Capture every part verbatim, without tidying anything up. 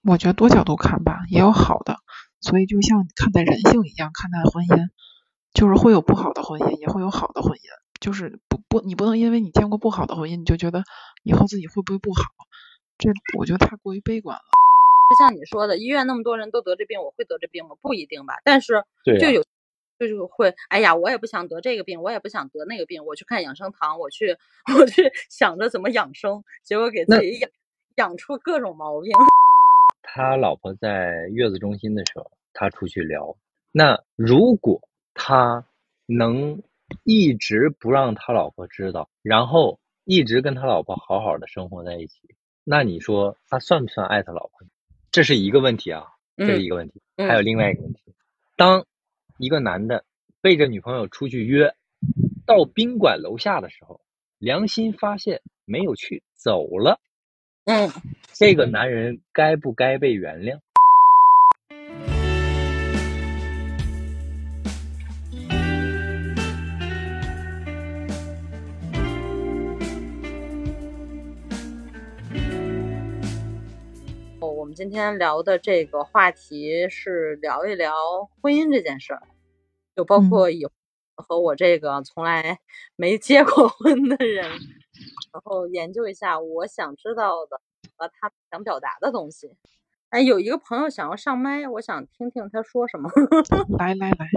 我觉得多角度看吧，也有好的，所以就像看待人性一样看待婚姻，就是会有不好的婚姻，也会有好的婚姻，就是不不，你不能因为你见过不好的婚姻，你就觉得以后自己会不会不好，这我觉得太过于悲观了。 就像你说的，医院那么多人都得这病，我会得这病吗？不一定吧。但是就有、啊、就是会，哎呀，我也不想得这个病，我也不想得那个病，我去看养生堂，我去我去想着怎么养生，结果给自己养养出各种毛病。 他老婆在月子中心的时候，他出去聊。那如果他能一直不让他老婆知道，然后一直跟他老婆好好的生活在一起，那你说他算不算爱他老婆？这是一个问题啊，这是一个问题。 嗯、 还有另外一个问题，当一个男的背着女朋友出去约，到宾馆楼下的时候，良心发现没有去，走了。 嗯， 这个男人该不该被原谅？ 我们今天聊的这个话题是聊一聊婚姻这件事儿，就包括以和我这个从来没结过婚的人，然后研究一下我想知道的和他想表达的东西。哎，有一个朋友想要上麦，我想听听他说什么。 来来来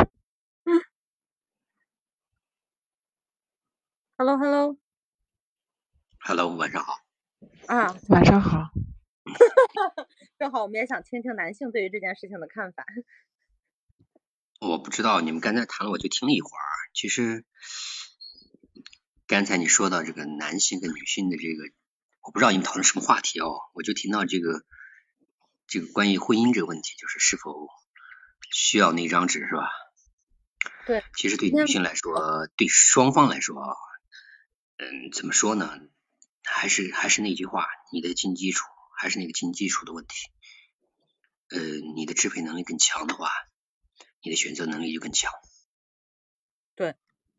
，Hello Hello Hello， 晚上好。 啊， 晚上好。 正好我们也想听听男性对于这件事情的看法。 我不知道你们刚才谈了，我就听了一会儿。其实刚才你说到这个男性跟女性的这个，我不知道你们讨论什么话题哦，我就听到这个这个关于婚姻这个问题，就是是否需要那张纸，是吧？ 对。 其实对女性来说，对双方来说啊，嗯，怎么说呢？还是还是那句话，你的经济基础还是那个经济基础的问题。呃，你的支配能力更强的话，你的选择能力就更强。 对。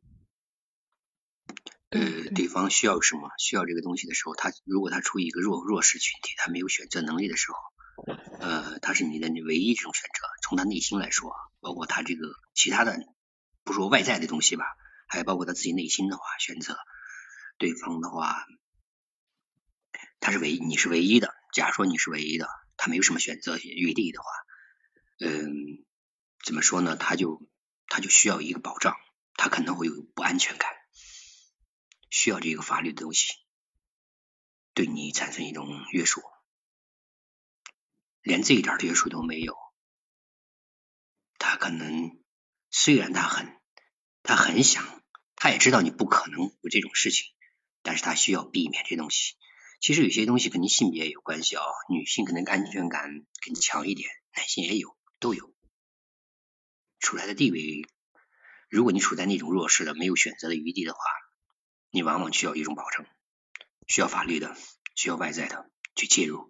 呃，对方需要什么，需要这个东西的时候，他如果他处于一个弱弱势群体，他没有选择能力的时候，呃，他是你的唯一这种选择。从他内心来说，包括他这个其他的，不说外在的东西吧，还包括他自己内心的话，选择对方的话，他是唯一，你是唯一的。假如说你是唯一的，他没有什么选择余地的话，嗯，怎么说呢？他就他就需要一个保障，他可能会有不安全感。需要这个法律的东西对你产生一种约束，连这一点约束都没有，他可能虽然他很他很想，他也知道你不可能有这种事情，但是他需要避免这东西。其实有些东西跟你性别有关系啊、哦，女性可能安全感更强一点，男性也有，都有。处在的地位，如果你处在那种弱势的没有选择的余地的话，你往往需要一种保证，需要法律的，需要外在的去介入。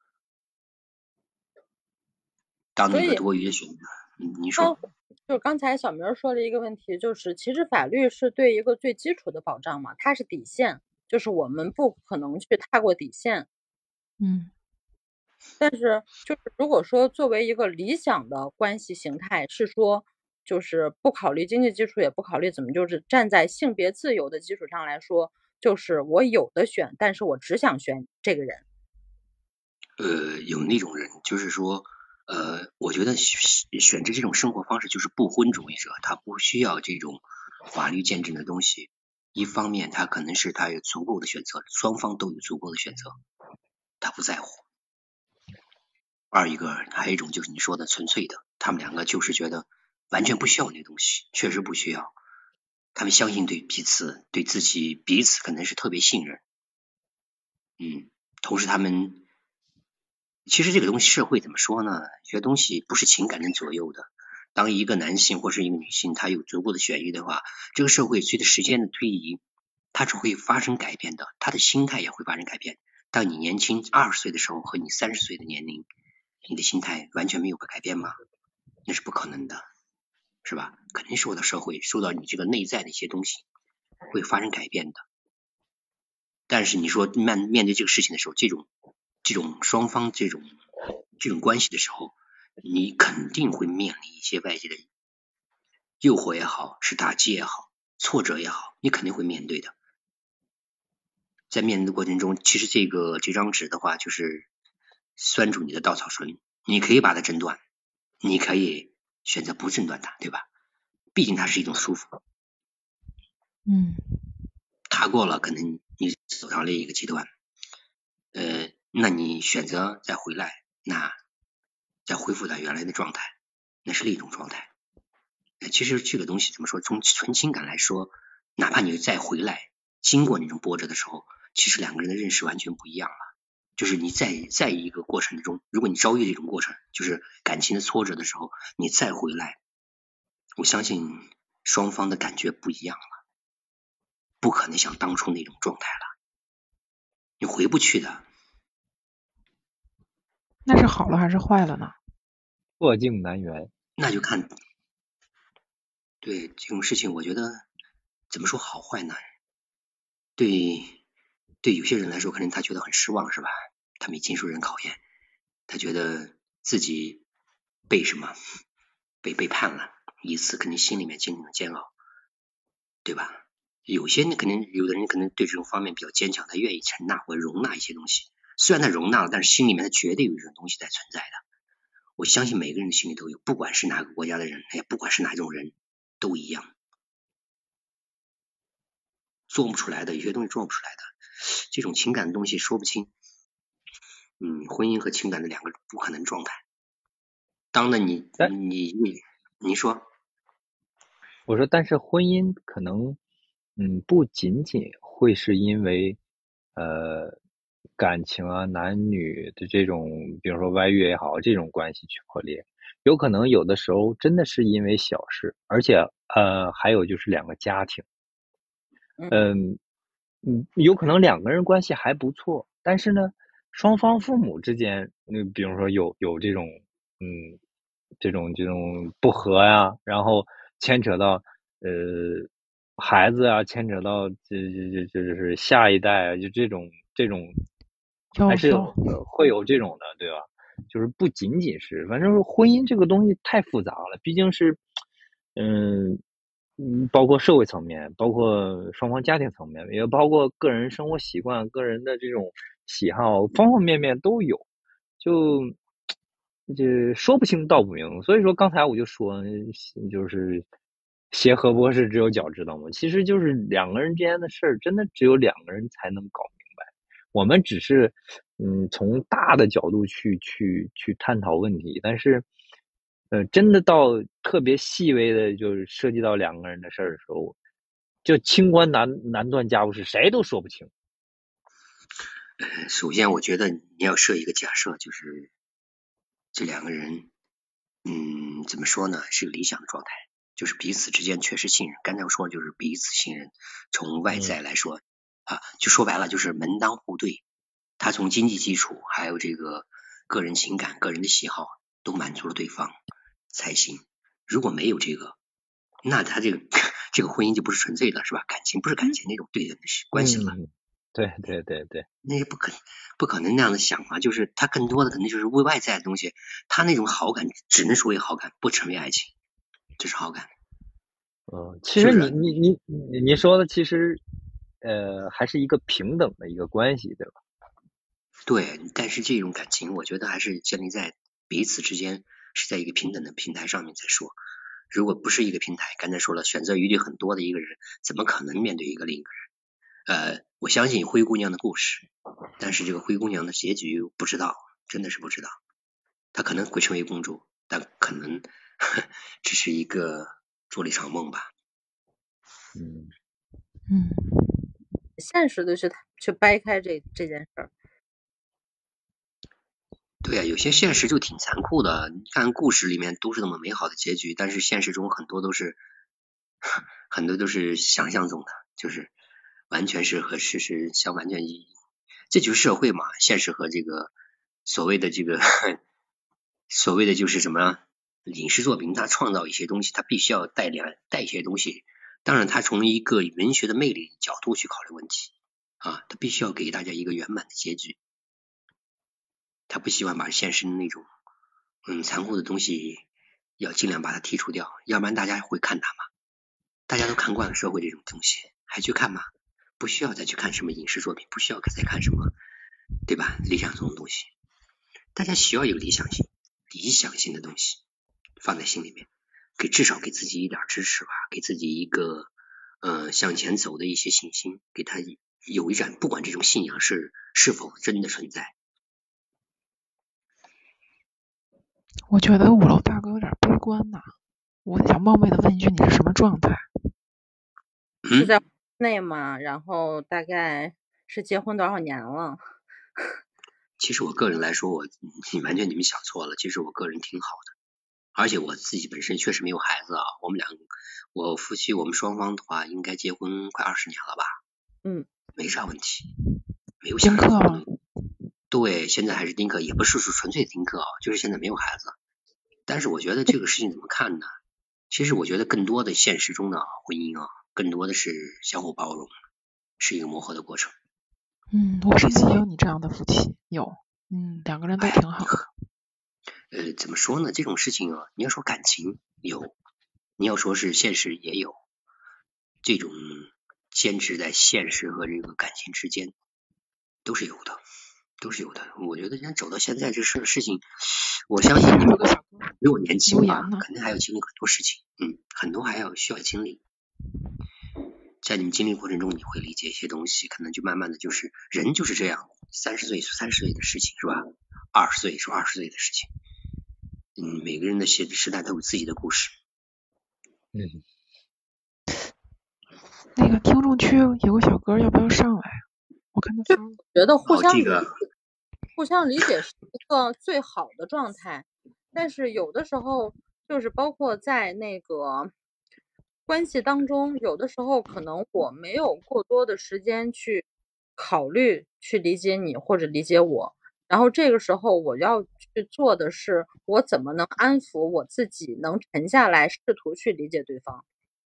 当那个多余的选择，你说， 就刚才小明说了一个问题，就是其实法律是对一个最基础的保障嘛，它是底线，就是我们不可能去踏过底线。 嗯， 但是就是如果说作为一个理想的关系形态，是说就是不考虑经济基础，也不考虑怎么，就是站在性别自由的基础上来说，就是我有的选，但是我只想选这个人。 呃，有那种人，就是说，呃，我觉得选择这种生活方式就是不婚主义者，他不需要这种法律见证的东西。一方面，他可能是他有足够的选择，双方都有足够的选择，他不在乎。二一个，还有一种就是你说的纯粹的，他们两个就是觉得完全不需要那东西，确实不需要。他们相信对彼此，对自己彼此可能是特别信任。嗯，同时他们。其实这个东西社会怎么说呢？这些东西不是情感能左右的。当一个男性或是一个女性他有足够的选择的话，这个社会随着时间的推移，它是会发生改变的，他的心态也会发生改变。当你年轻二十岁的时候和你三十岁的年龄，你的心态完全没有改变吗？那是不可能的，是吧？肯定受到社会受到你这个内在的一些东西会发生改变的。但是你说面面对这个事情的时候，这种这种双方这种这种关系的时候，你肯定会面临一些外界的诱惑也好，是打击也好，挫折也好，你肯定会面对的。在面对的过程中，其实这个这张纸的话，就是拴住你的稻草绳，你可以把它挣断，你可以选择不挣断它，对吧？毕竟它是一种束缚。 嗯， 踏过了，可能你走到另一个极端，呃，那你选择再回来，那再恢复到原来的状态，那是另一种状态。呃、其实这个东西怎么说？从纯情感来说，哪怕你再回来，经过那种波折的时候，其实两个人的认识完全不一样了。就是你在在一个过程中，如果你遭遇这种过程，就是感情的挫折的时候，你再回来，我相信双方的感觉不一样了，不可能像当初那种状态了，你回不去的。 那是好了还是坏了呢？ 破镜难圆。 那就看，对这种事情，我觉得怎么说好坏呢？对对，有些人来说，可能他觉得很失望，是吧？他没经受人考验，他觉得自己被什么被背叛了一次，肯定心里面经历了煎熬，对吧？有些人可能有的人可能对这种方面比较坚强，他愿意承纳或容纳一些东西，虽然他容纳了，但是心里面他绝对有一种东西在存在的。我相信每个人心里都有，不管是哪个国家的人，也不管是哪种人，都一样，做不出来的，有些东西做不出来的，这种情感的东西说不清。嗯，婚姻和情感的两个不可能状态。当然你你你你说， 我说，但是婚姻可能，嗯，不仅仅会是因为，呃，感情啊、男女的这种，比如说外遇也好，这种关系去破裂，有可能有的时候真的是因为小事，而且呃，还有就是两个家庭，嗯嗯，有可能两个人关系还不错，但是呢，双方父母之间，嗯，比如说有有这种，嗯，这种这种不和呀，然后牵扯到呃孩子啊，牵扯到这这这就是下一代啊，就这种这种，还是要呃会有这种的，对吧？就是不仅仅是，反正婚姻这个东西太复杂了，毕竟是，嗯嗯，包括社会层面，包括双方家庭层面，也包括个人生活习惯、个人的这种喜好，方方面面都有，就这说不清道不明。所以说刚才我就说，就是鞋合不合适只有脚知道嘛，其实就是两个人之间的事儿，真的只有两个人才能搞明白。我们只是嗯从大的角度去去去探讨问题，但是呃真的到特别细微的，就是涉及到两个人的事儿的时候，就清官难难断家务事，谁都说不清。 呃，首先我觉得你要设一个假设，就是这两个人，嗯，怎么说呢，是个理想的状态，就是彼此之间确实信任。刚才我说的就是彼此信任，从外在来说、嗯、啊，就说白了就是门当户对。他从经济基础，还有这个个人情感、个人的喜好都满足了对方才行。如果没有这个，那他这个这个婚姻就不是纯粹的，是吧？感情不是感情那种对等的关系了。 嗯，对对对对， 那也不可不可能那样的想法，就是他更多的可能就是为外在的东西，他那种好感只能属于好感，不成为爱情，这是好感。 嗯，其实你你你你你说的其实，呃，还是一个平等的一个关系，对吧？ 对，但是这种感情，我觉得还是建立在彼此之间是在一个平等的平台上面再说。如果不是一个平台，刚才说了，选择余地很多的一个人，怎么可能面对一个另一个人？呃，我相信灰姑娘的故事，但是这个灰姑娘的结局不知道，真的是不知道。她可能会成为公主，但可能只是一个做了一场梦吧。 嗯嗯， 现实的去去掰开这这件事儿。 对啊，有些现实就挺残酷的。你看故事里面都是那么美好的结局，但是现实中很多都是很多都是想象中的，就是完全是和事实相完全一。这就是社会嘛，现实和这个所谓的这个所谓的就是什么影视作品，它创造一些东西，它必须要带两带一些东西。当然，它从一个文学的魅力角度去考虑问题啊，它必须要给大家一个圆满的结局。 他不希望把现实的那种嗯残酷的东西要尽量把它剔除掉，要不然大家会看他吗？大家都看惯了社会这种东西，还去看吗？不需要再去看什么影视作品，不需要再看什么，对吧？理想中的东西，大家需要有理想性、理想性的东西放在心里面，给至少给自己一点支持吧，给自己一个呃向前走的一些信心，给他有一盏，不管这种信仰是是否真的存在。 我觉得五楼大哥有点悲观呐、我想冒昧的问一句，你是什么状态？ 是在内嘛，然后大概是结婚多少年了？ 其实我个人来说，我你完全你们想错了，其实我个人挺好的，而且我自己本身确实没有孩子啊。我们俩，我夫妻我们双方的话，应该结婚快二十年了吧？ 嗯， 没啥问题，没有丁克吗？ 对，现在还是丁克，也不是说纯粹丁克啊，就是现在没有孩子。但是我觉得这个事情怎么看呢？其实我觉得更多的现实中的婚姻啊，更多的是相互包容，是一个磨合的过程。 嗯，我身边也有你这样的夫妻，有，嗯，两个人都挺好的。 呃，怎么说呢？这种事情啊，你要说感情有，你要说是现实也有，这种坚持在现实和这个感情之间都是有的，都是有的。我觉得人走到现在这事事情，我相信你们比我年轻吧，肯定还要经历很多事情，嗯，很多还要需要经历。在你们经历过程中，你会理解一些东西，可能就慢慢的就是人就是这样，三十岁是三十岁的事情是吧？二十岁是二十岁的事情。嗯，每个人的时时代都有自己的故事。 嗯， 那个听众区有个小哥，要不要上来？我看他发了。 觉得互相理解、 哦这个、 互相理解是一个最好的状态，但是有的时候就是包括在那个关系当中，有的时候可能我没有过多的时间去考虑、去理解你或者理解我。然后这个时候我要去做的是，我怎么能安抚我自己，能沉下来，试图去理解对方。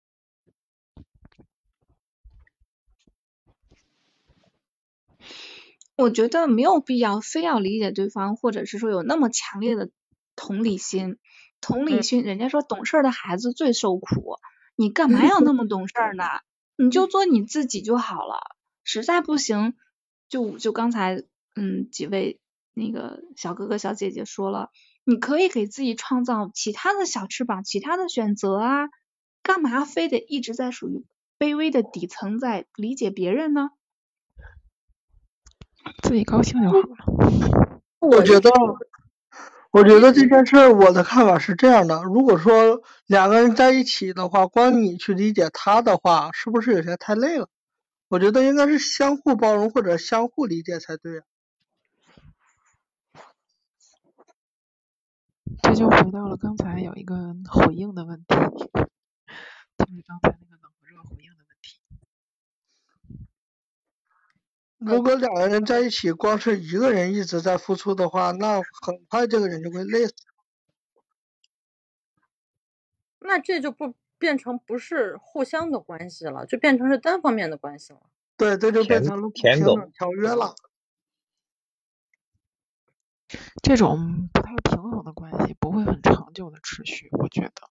我觉得没有必要非要理解对方，或者是说有那么强烈的同理心。同理心，人家说懂事的孩子最受苦，你干嘛要那么懂事呢？你就做你自己就好了。实在不行，就就刚才嗯几位那个小哥哥小姐姐说了，你可以给自己创造其他的小翅膀，其他的选择啊，干嘛非得一直在属于卑微的底层在理解别人呢？ 自己高兴就好了。 我觉得，我觉得这件事儿，我的看法是这样的：如果说两个人在一起的话，光你去理解他的话，是不是有些太累了？我觉得应该是相互包容或者相互理解才对。 这就回到了刚才有一个回应的问题，就是刚才那个冷和热回应的问题。 如果两个人在一起，光是一个人一直在付出的话，那很快这个人就会累死。 那这就不变成不是互相的关系了，就变成是单方面的关系了。 对，这就变成了平等条约了。 这种不太平衡的关系不会很长久的持续，我觉得。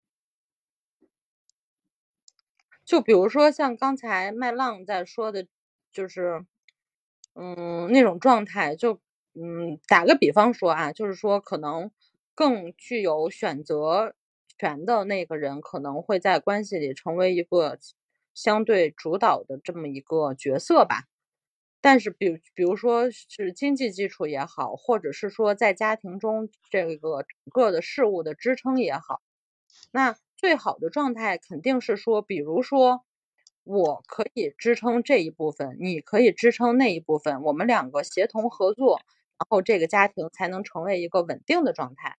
就比如说像刚才麦浪在说的，就是嗯那种状态，就嗯打个比方说啊，就是说可能更具有选择权的那个人，可能会在关系里成为一个相对主导的这么一个角色吧。但是比比如说是经济基础也好，或者是说在家庭中这个整个的事物的支撑也好，那最好的状态肯定是说，比如说我可以支撑这一部分，你可以支撑那一部分，我们两个协同合作，然后这个家庭才能成为一个稳定的状态。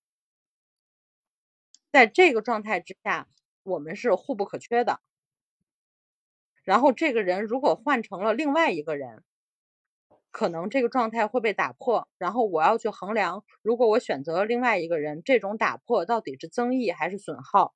在这个状态之下，我们是互不可缺的。然后这个人如果换成了另外一个人，可能这个状态会被打破，然后我要去衡量，如果我选择了另外一个人，这种打破到底是增益还是损耗？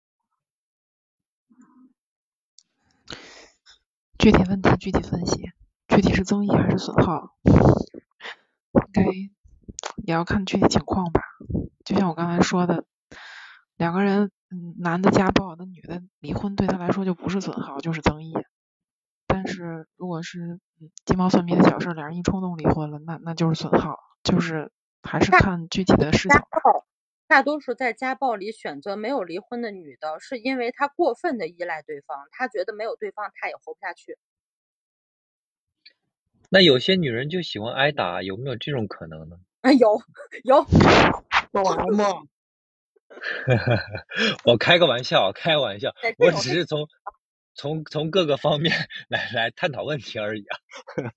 具体问题具体分析，具体是增益还是损耗，应该也要看具体情况吧。就像我刚才说的，两个人，嗯，男的家暴，那女的离婚对他来说就不是损耗，就是增益。但是如果是嗯鸡毛蒜皮的小事，两人一冲动离婚了，那那就是损耗，就是还是看具体的事情家吧。 暴，大多数在家暴里选择没有离婚的女的，是因为她过分的依赖对方，她觉得没有对方她也活不下去。 那有些女人就喜欢挨打，有没有这种可能呢？ 啊，有有， 说完吗？ 我开个玩笑，开个玩笑，我对这种是只是从从从各个方面来来探讨问题而已啊。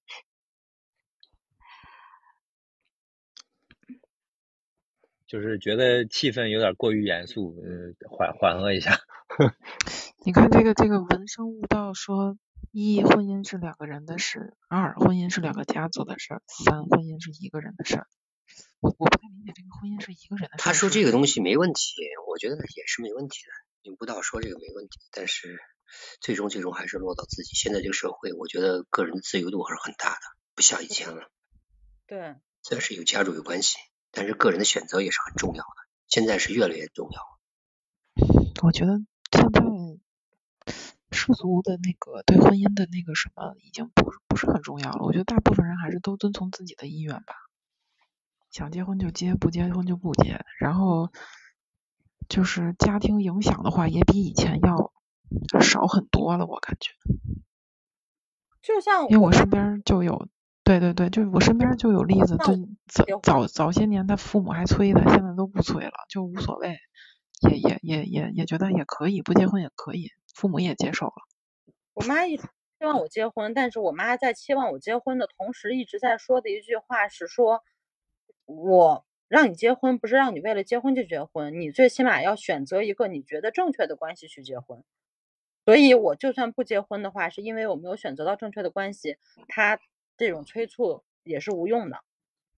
就是觉得气氛有点过于严肃，嗯，缓缓和一下。 你看这个这个文生悟道说，一婚姻是两个人的事，二婚姻是两个家族的事，三婚姻是一个人的事。我我不太理解这个婚姻是一个人的事。 他说这个东西没问题，我觉得也是没问题的。你悟道说这个没问题，但是最终最终还是落到自己。现在这个社会，我觉得个人的自由度还是很大的，不像以前了。 对， 虽然是有家族有关系，但是个人的选择也是很重要的。现在是越来越重要。 我觉得现在世俗的那个对婚姻的那个什么已经不是不是很重要了。我觉得大部分人还是都遵从自己的意愿吧，想结婚就结，不结婚就不结。然后就是家庭影响的话，也比以前要少很多了，我感觉。 就像因为我妈身边就有，对对对，就我身边就有例子，就早早早些年他父母还催他，现在都不催了，就无所谓，也也也也也觉得也可以，不结婚也可以，父母也接受了。 我妈一直希望我结婚，但是我妈在期望我结婚的同时，一直在说的一句话是说，我让你结婚不是让你为了结婚就结婚，你最起码要选择一个你觉得正确的关系去结婚。所以我就算不结婚的话，是因为我没有选择到正确的关系，他这种催促也是无用的。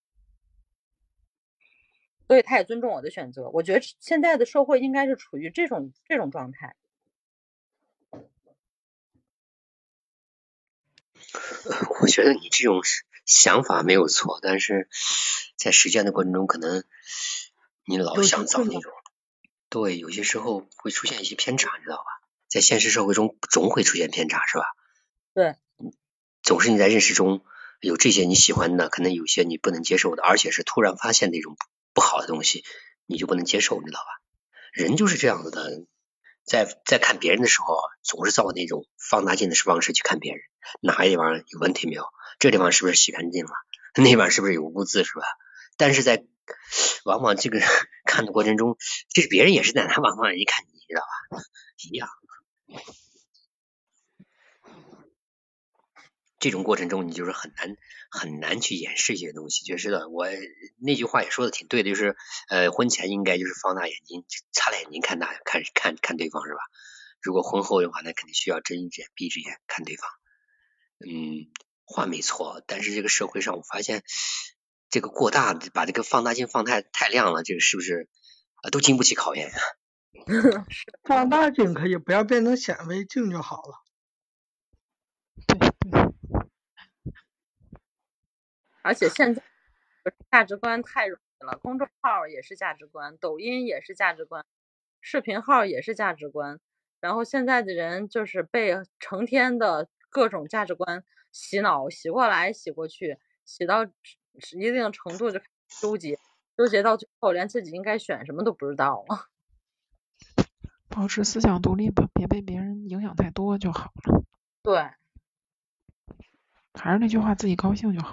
所以他也尊重我的选择。我觉得现在的社会应该是处于这种这种状态。 我觉得你这种想法没有错，但是在实践的过程中，可能你老想找那种，对，有些时候会出现一些偏差，你知道吧？在现实社会中总会出现偏差，是吧？ 对， 总是你在认识中有这些你喜欢的，可能有些你不能接受的，而且是突然发现那种不好的东西，你就不能接受，你知道吧？人就是这样子的。在在看别人的时候，总是照那种放大镜的方式去看别人，哪个地方有问题没有？这地方是不是洗干净了？那地方是不是有污渍，是吧？但是在往往这个看的过程中，这是别人也是在那往往一看你，知道吧？一样。这种过程中，你就是很难很难去掩饰一些东西。就是的，我那句话也说的挺对的，就是呃，婚前应该就是放大眼睛，擦亮眼睛看大看看看对方，是吧？如果婚后的话，那肯定需要睁一只眼闭一只眼看对方。嗯，话没错，但是这个社会上我发现这个过大，把这个放大镜放太太亮了，这个是不是啊都经不起考验啊？ 放大镜可以，不要变成显微镜就好了。 对对。 而且现在价值观太容易了，公众号也是价值观，抖音也是价值观，视频号也是价值观。然后现在的人就是被成天的各种价值观洗脑，洗过来洗过去，洗到一定程度就纠结，纠结到最后连自己应该选什么都不知道了。 保持思想独立吧，别被别人影响太多就好了。 对， 还是那句话，自己高兴就好。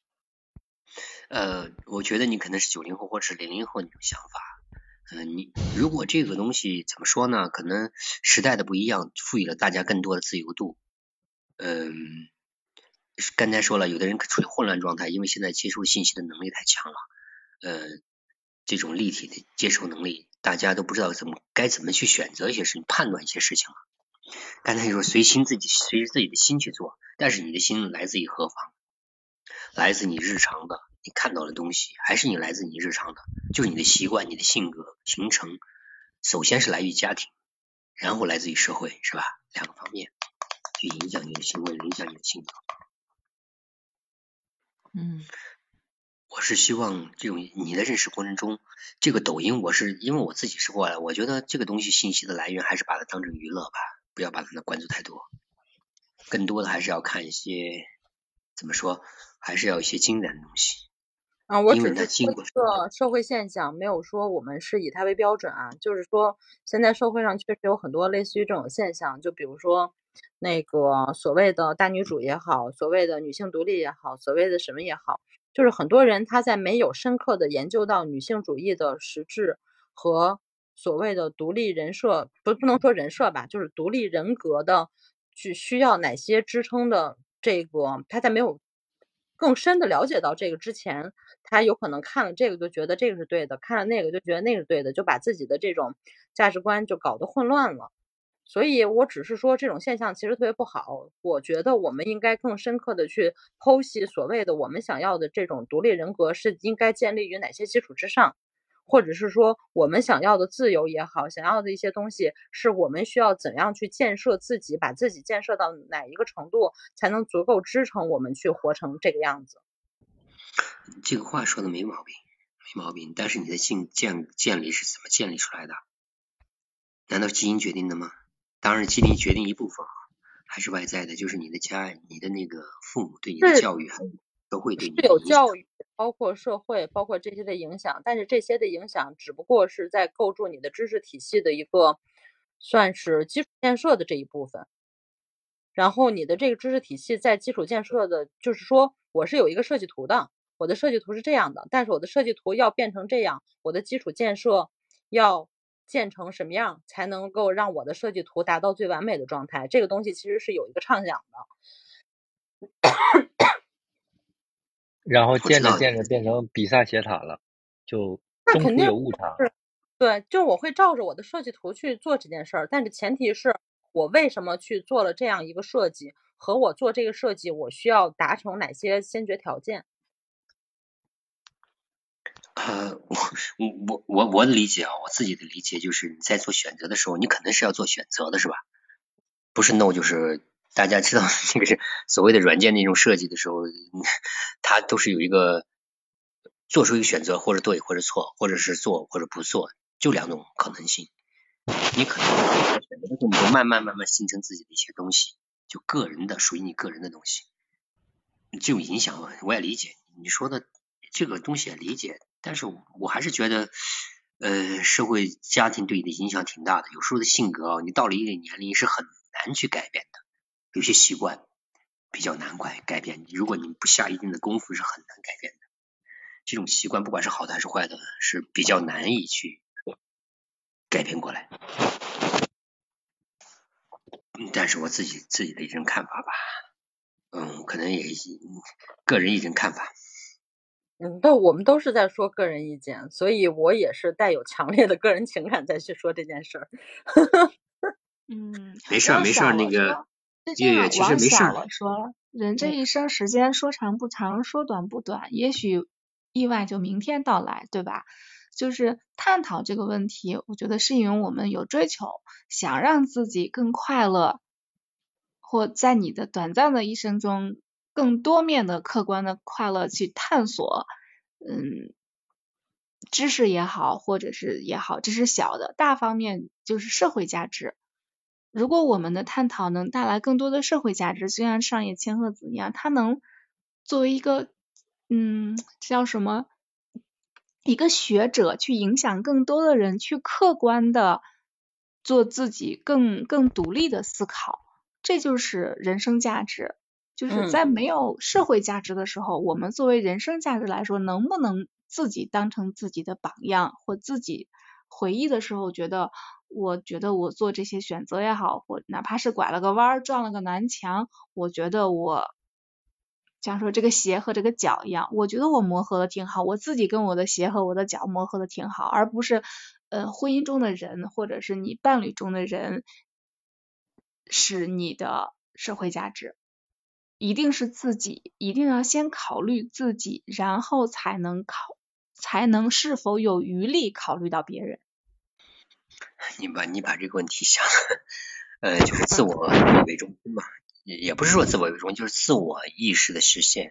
呃，我觉得你可能是九零后或者是零零后那种想法。嗯、呃，你如果这个东西怎么说呢？可能时代的不一样，赋予了大家更多的自由度。嗯、呃，刚才说了，有的人处于混乱状态，因为现在接收信息的能力太强了。呃，这种立体的接受能力，大家都不知道怎么该怎么去选择一些事情，判断一些事情了。刚才说随心自己随着自己的心去做，但是你的心来自于何方？来自你日常的你看到的东西，还是你来自你日常的，就是你的习惯、你的性格形成，首先是来于家庭，然后来自于社会，是吧？两个方面去影响你的行为，影响你的性格。 嗯。 我是希望这种你的认识过程中，这个抖音我是因为我自己是过来，我觉得这个东西信息的来源还是把它当成娱乐吧，不要把它关注太多，更多的还是要看一些怎么说，还是要一些经典的东西。 啊，我因为只是说它经过一个社会现象，没有说我们是以它为标准啊。就是说，现在社会上确实有很多类似于这种现象，就比如说那个所谓的大女主也好，所谓的女性独立也好，所谓的什么也好，就是很多人他在没有深刻的研究到女性主义的实质和所谓的独立人设，不不能说人设吧，就是独立人格的去需要哪些支撑的这个，他在没有更深的了解到这个之前，他有可能看了这个就觉得这个是对的，看了那个就觉得那个是对的，就把自己的这种价值观就搞得混乱了。所以我只是说这种现象其实特别不好，我觉得我们应该更深刻的去剖析所谓的我们想要的这种独立人格是应该建立于哪些基础之上，或者是说我们想要的自由也好，想要的一些东西是我们需要怎样去建设自己，把自己建设到哪一个程度才能足够支撑我们去活成这个样子。 这个话说的没毛病，没毛病。但是你的性建建立是怎么建立出来的？难道基因决定的吗？当然，基因决定一部分，还是外在的，就是你的家、你的那个父母对你的教育，还有社会对你是有的影响。 教育，包括社会，包括这些的影响，但是这些的影响只不过是在构筑你的知识体系的一个算是基础建设的这一部分。然后你的这个知识体系在基础建设的，就是说我是有一个设计图的，我的设计图是这样的，但是我的设计图要变成这样，我的基础建设要建成什么样才能够让我的设计图达到最完美的状态，这个东西其实是有一个畅想的。 然后建着建着变成比萨斜塔了，就中途有误差。 对，就我会照着我的设计图去做这件事儿，但是前提是我为什么去做了这样一个设计，和我做这个设计我需要达成哪些先决条件。 呃，我我我我的理解啊，我自己的理解就是你在做选择的时候，你肯定是要做选择的，是吧？不是 no 就是大家知道这个是所谓的软件那种设计的时候，它都是有一个做出一个选择，或者对或者错，或者是做或者不做，就两种可能性。你可能在选择的时候，你就慢慢慢慢形成自己的一些东西，就个人的属于你个人的东西。这种影响我也理解，你说的这个东西也理解，但是我还是觉得，呃，社会家庭对你的影响挺大的。有时候的性格啊，你到了一定年龄是很难去改变的，有些习惯比较难改改变。如果你不下一定的功夫，是很难改变的。这种习惯不管是好的还是坏的，是比较难以去改变过来。但是我自己自己的一种看法吧，嗯，可能也个人一种看法。 嗯，但我们都是在说个人意见，所以我也是带有强烈的个人情感再去说这件事儿。 嗯， 没事没事，那个月月其实没事。 往小了说，人这一生时间说长不长，说短不短，也许意外就明天到来，对吧？就是探讨这个问题，我觉得是因为我们有追求，想让自己更快乐，或在你的短暂的一生中更多面的客观的快乐去探索，嗯，知识也好，或者是也好，这是小的，大方面就是社会价值。如果我们的探讨能带来更多的社会价值，就像上野千鹤子一样，它能作为一个嗯叫什么一个学者去影响更多的人，去客观的做自己更更独立的思考，这就是人生价值。就是在没有社会价值的时候，嗯、我们作为人生价值来说，能不能自己当成自己的榜样，或自己回忆的时候觉得，我觉得我做这些选择也好，或哪怕是拐了个弯撞了个南墙，我觉得我像说这个鞋和这个脚一样，我觉得我磨合的挺好，我自己跟我的鞋和我的脚磨合的挺好，而不是呃婚姻中的人或者是你伴侣中的人是你的社会价值。一定是自己，一定要先考虑自己，然后才能考，才能是否有余力考虑到别人。 你把你把这个问题想的，呃，就是自我为中心嘛，也不是说自我为中心，就是自我意识的实现。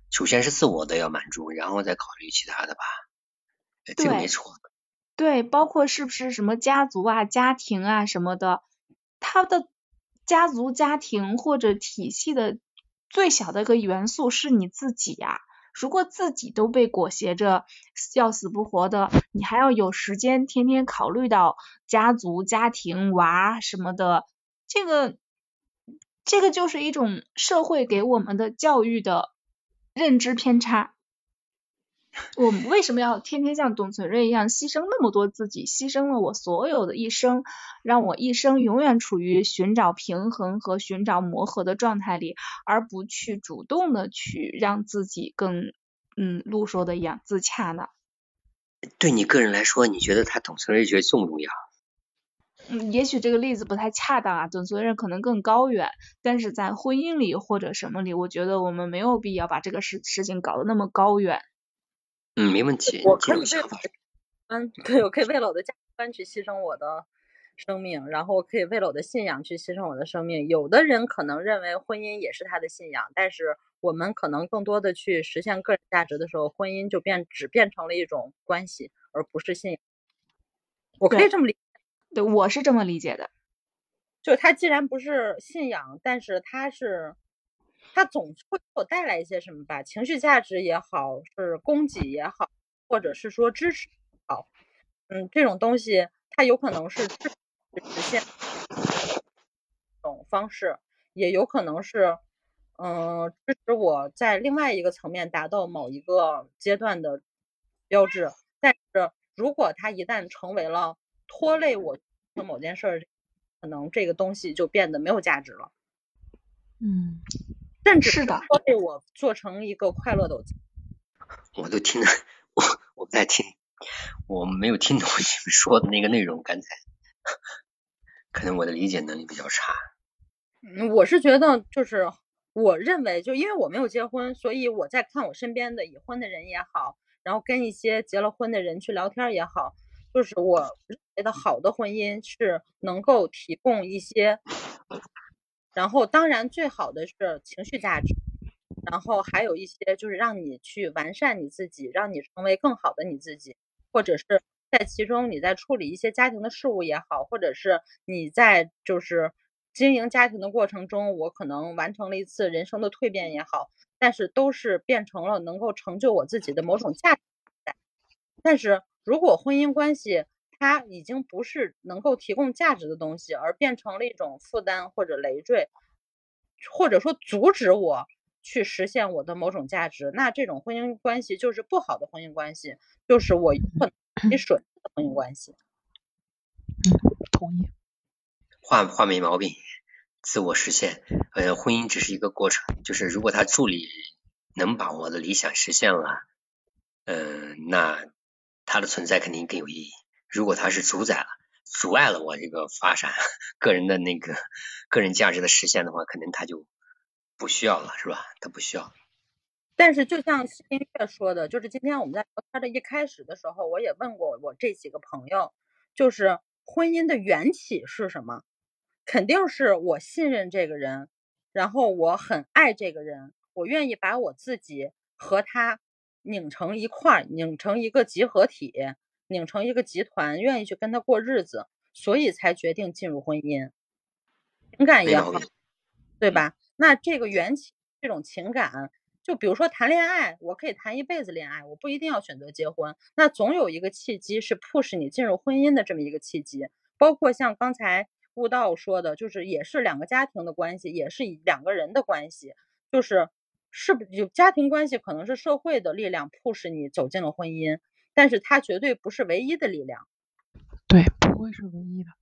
首先是自我的要满足，然后再考虑其他的吧，这个没错。 对，包括是不是什么家族啊、家庭啊什么的，他的家族、家庭或者体系的最小的一个元素是你自己呀、啊。如果自己都被裹挟着要死不活的，你还要有时间天天考虑到家族、家庭、娃什么的，这个这个就是一种社会给我们的教育的认知偏差。我们为什么要天天像董存瑞一样牺牲那么多自己，牺牲了我所有的一生，让我一生永远处于寻找平衡和寻找磨合的状态里，而不去主动的去让自己更嗯陆说的一样自洽呢？ 对你个人来说，你觉得他董存瑞觉得重不重要？ 嗯，也许这个例子不太恰当啊，董存瑞可能更高远，但是在婚姻里或者什么里，我觉得我们没有必要把这个事事情搞得那么高远。 嗯，没问题。 我可以为嗯，对，我可以为了我的价值观去牺牲我的生命，然后我可以为了我的信仰去牺牲我的生命。有的人可能认为婚姻也是他的信仰，但是我们可能更多的去实现个人价值的时候，婚姻就变只变成了一种关系，而不是信仰。我可以这么理解。 对，我是这么理解的。 就它既然不是信仰，但是它是。它总会给我带来一些什么吧，情绪价值也好，是供给也好，或者是说支持也好，嗯，这种东西它有可能是实现这种方式，也有可能是，嗯，支持我在另外一个层面达到某一个阶段的标志。但是如果它一旦成为了拖累我做某件事，可能这个东西就变得没有价值了。 嗯。 甚至是的， 被我做成一个快乐的。 我都听了，我我不太听，我没有听懂你们说的那个内容。刚才可能我的理解能力比较差。 嗯，我是觉得就是我认为，就因为我没有结婚，所以我在看我身边的已婚的人也好，然后跟一些结了婚的人去聊天也好，就是我认为的好的婚姻是能够提供一些。然后当然最好的是情绪价值，然后还有一些就是让你去完善你自己，让你成为更好的你自己，或者是在其中你在处理一些家庭的事务也好，或者是你在就是经营家庭的过程中，我可能完成了一次人生的蜕变也好，但是都是变成了能够成就我自己的某种价值。但是如果婚姻关系它已经不是能够提供价值的东西，而变成了一种负担或者累赘，或者说阻止我去实现我的某种价值，那这种婚姻关系就是不好的婚姻关系，就是我可能损失的婚姻关系。 嗯，同意。 话话没毛病，自我实现，呃，婚姻只是一个过程，就是如果他助理能把我的理想实现了，嗯、呃，那它的存在肯定更有意义。如果它是主宰了、阻碍了我这个发展个人的那个个人价值的实现的话，可能它就不需要了，是吧？它不需要。 但是就像新月说的，就是今天我们在聊天的一开始的时候，我也问过我这几个朋友，就是婚姻的缘起是什么？肯定是我信任这个人，然后我很爱这个人，我愿意把我自己和他拧成一块，拧成一个集合体，拧成一个集团，愿意去跟他过日子，所以才决定进入婚姻。情感也好，对吧？那这个缘起这种情感，就比如说谈恋爱，我可以谈一辈子恋爱，我不一定要选择结婚，那总有一个契机是 push 你进入婚姻的这么一个契机。包括像刚才悟道说的，就是也是两个家庭的关系，也是两个人的关系，就是是不是家庭关系可能是社会的力量 push 你走进了婚姻，但是它绝对不是唯一的力量。 对，不会是唯一的。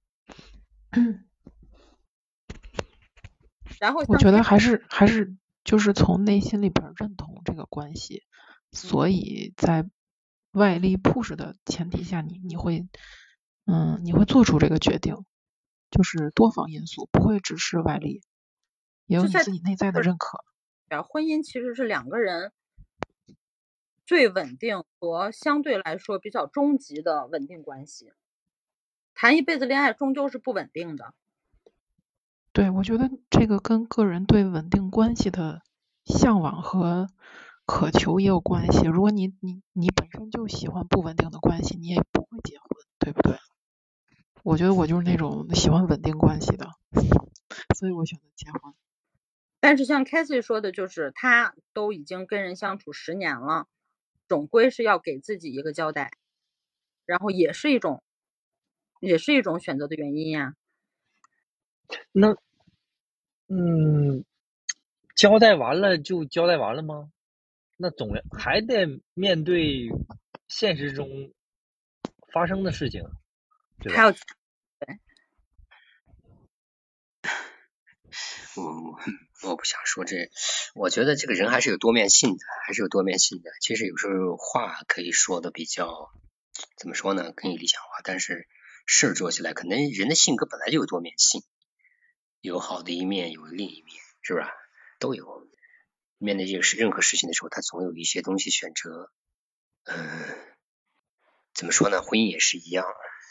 然后我觉得还是还是就是从内心里边认同这个关系，所以在外力 push 的前提下，你你会嗯你会做出这个决定，就是多方因素，不会只是外力，也有你自己内在的认可。 婚姻其实是两个人最稳定和相对来说比较终极的稳定关系，谈一辈子恋爱终究是不稳定的。 对，我觉得这个跟个人对稳定关系的向往和渴求也有关系。如果你你你本身就喜欢不稳定的关系，你也不会结婚，对不对？我觉得我就是那种喜欢稳定关系的，所以我选择结婚。 但是像 Cassie 说的，就是他都已经跟人相处十年了，总归是要给自己一个交代，然后也是一种也是一种选择的原因呀。 那嗯，交代完了就交代完了吗？那总还得面对现实中发生的事情，对吧？ 还有对， 我我不想说这，我觉得这个人还是有多面性的，还是有多面性的。其实有时候话可以说的比较怎么说呢，更有理想化，但是事儿做起来，可能人的性格本来就有多面性，有好的一面，有另一面，是不是？都有。面对这个事任何事情的时候，他总有一些东西选择。嗯，怎么说呢？婚姻也是一样。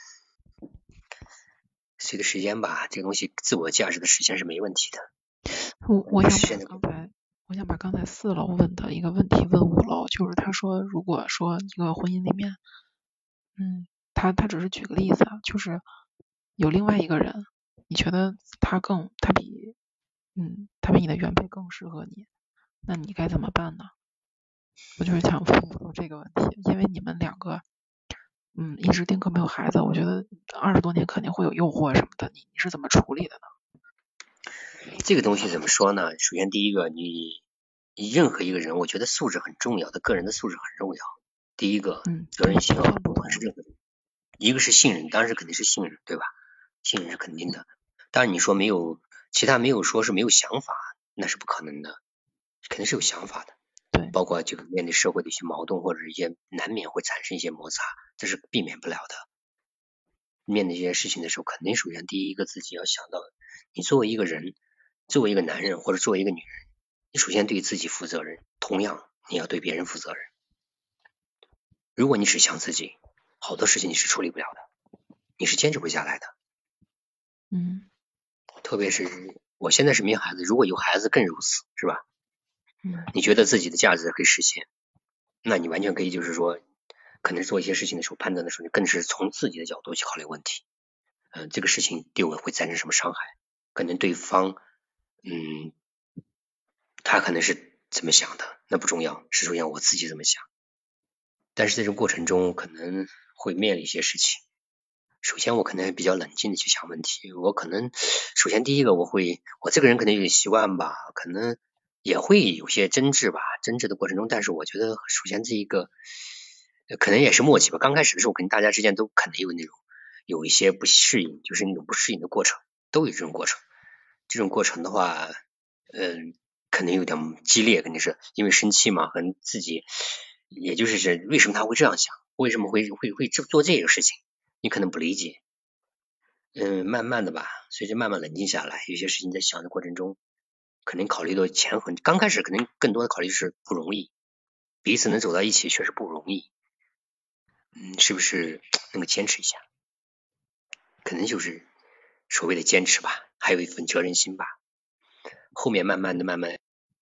随着时间吧，这个东西自我价值的实现是没问题的。 我我想把刚才我想把刚才四楼问的一个问题问五楼，就是他说，如果说一个婚姻里面，嗯，他他只是举个例子啊，就是有另外一个人，你觉得他更他比嗯他比你的原配更适合你，那你该怎么办呢？我就是想问五楼这个问题，因为你们两个嗯一直丁克没有孩子，我觉得二十多年肯定会有诱惑什么的，你你是怎么处理的呢？ 这个东西怎么说呢？首先第一个，你你任何一个人，我觉得素质很重要的，个人的素质很重要。第一个， 嗯， 责任心啊，不管是任何，一个是信任，当然是肯定是信任，对吧？信任是肯定的。当然你说没有，其他没有说是没有想法，那是不可能的，肯定是有想法的。 对， 包括这个面对社会的一些矛盾或者一些难免会产生一些摩擦，这是避免不了的。面对这些事情的时候，肯定首先第一个自己要想到，你作为一个人，作为一个男人或者作为一个女人，你首先对自己负责任，同样你要对别人负责任。如果你只想自己，好多事情你是处理不了的，你是坚持不下来的。 嗯， 特别是我现在是没有孩子，如果有孩子更如此，是吧？ 嗯， 你觉得自己的价值可以实现，那你完全可以就是说，可能做一些事情的时候，判断的时候，你更是从自己的角度去考虑问题。嗯、呃，这个事情对我会产生什么伤害？可能对方，嗯，他可能是怎么想的，那不重要，是首先我自己怎么想。但是在这个过程中，可能会面临一些事情。首先，我可能比较冷静的去想问题。我可能，首先第一个，我会，我这个人可能有点习惯吧，可能也会有些争执吧，争执的过程中，但是我觉得，首先这一个，可能也是默契吧。刚开始的时候，可能大家之间都可能有那种有一些不适应，就是那种不适应的过程，都有这种过程。这种过程的话，嗯，可能有点激烈，肯定是因为生气嘛，可能自己，也就是是为什么他会这样想，为什么会会会做这个事情。你可能不理解，嗯，慢慢的吧，随着慢慢冷静下来，有些事情在想的过程中，可能考虑到权衡，刚开始可能更多的考虑是不容易，彼此能走到一起确实不容易，嗯，是不是能够坚持一下？可能就是所谓的坚持吧，还有一份责任心吧，后面慢慢的慢慢，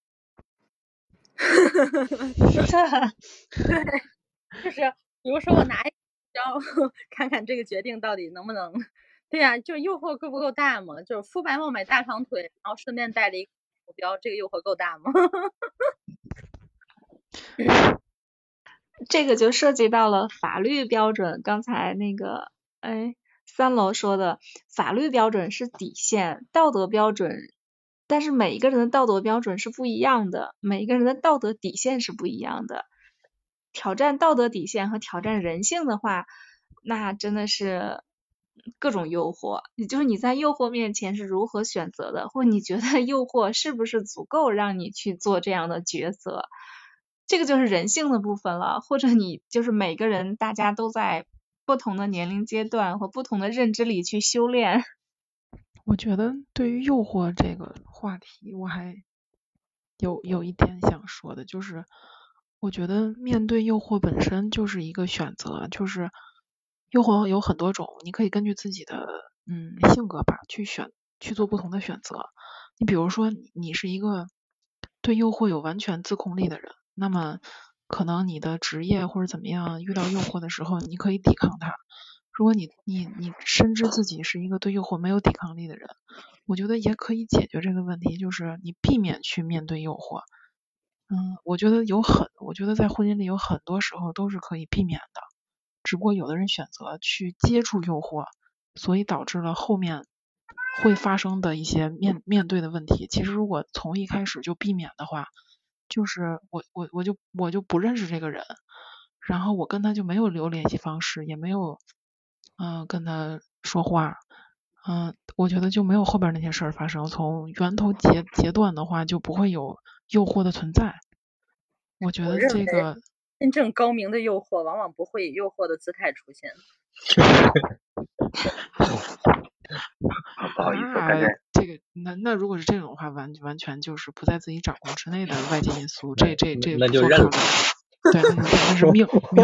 对，就是比如说我拿一张看看这个决定到底能不能，对呀、啊，就诱惑够不够大嘛？就是肤白貌美大长腿，然后顺便带了一个目标，这个诱惑够大吗？ 这个就涉及到了法律标准，刚才那个哎三楼说的法律标准是底线，道德标准，但是每一个人的道德标准是不一样的，每一个人的道德底线是不一样的。挑战道德底线和挑战人性的话，那真的是各种诱惑，也就是你在诱惑面前是如何选择的，或你觉得诱惑是不是足够让你去做这样的抉择，这个就是人性的部分了。或者你就是每个人大家都在不同的年龄阶段和不同的认知里去修炼。 我觉得对于诱惑这个话题，我还有有一点想说的，就是我觉得面对诱惑本身就是一个选择，就是诱惑有很多种，你可以根据自己的嗯性格吧去选去做不同的选择。你比如说你是一个对诱惑有完全自控力的人， 那么可能你的职业或者怎么样遇到诱惑的时候，你可以抵抗它。如果你你你深知自己是一个对诱惑没有抵抗力的人，我觉得也可以解决这个问题，就是你避免去面对诱惑。嗯，我觉得有很，我觉得在婚姻里有很多时候都是可以避免的，只不过有的人选择去接触诱惑，所以导致了后面会发生的一些面面对的问题。其实如果从一开始就避免的话，就是我我我就我就不认识这个人，然后我跟他就没有留联系方式，也没有嗯、呃跟他说话，嗯、呃，我觉得就没有后边那些事儿发生。从源头截截断的话，就不会有诱惑的存在。我觉得我认为这个真正高明的诱惑往往不会以诱惑的姿态出现。 不好意思，我刚那才这个那那如果是这种的话，完完全就是不在自己掌控之内的外界因素，这这这那就认了。 不做考虑。对，那就那是命命。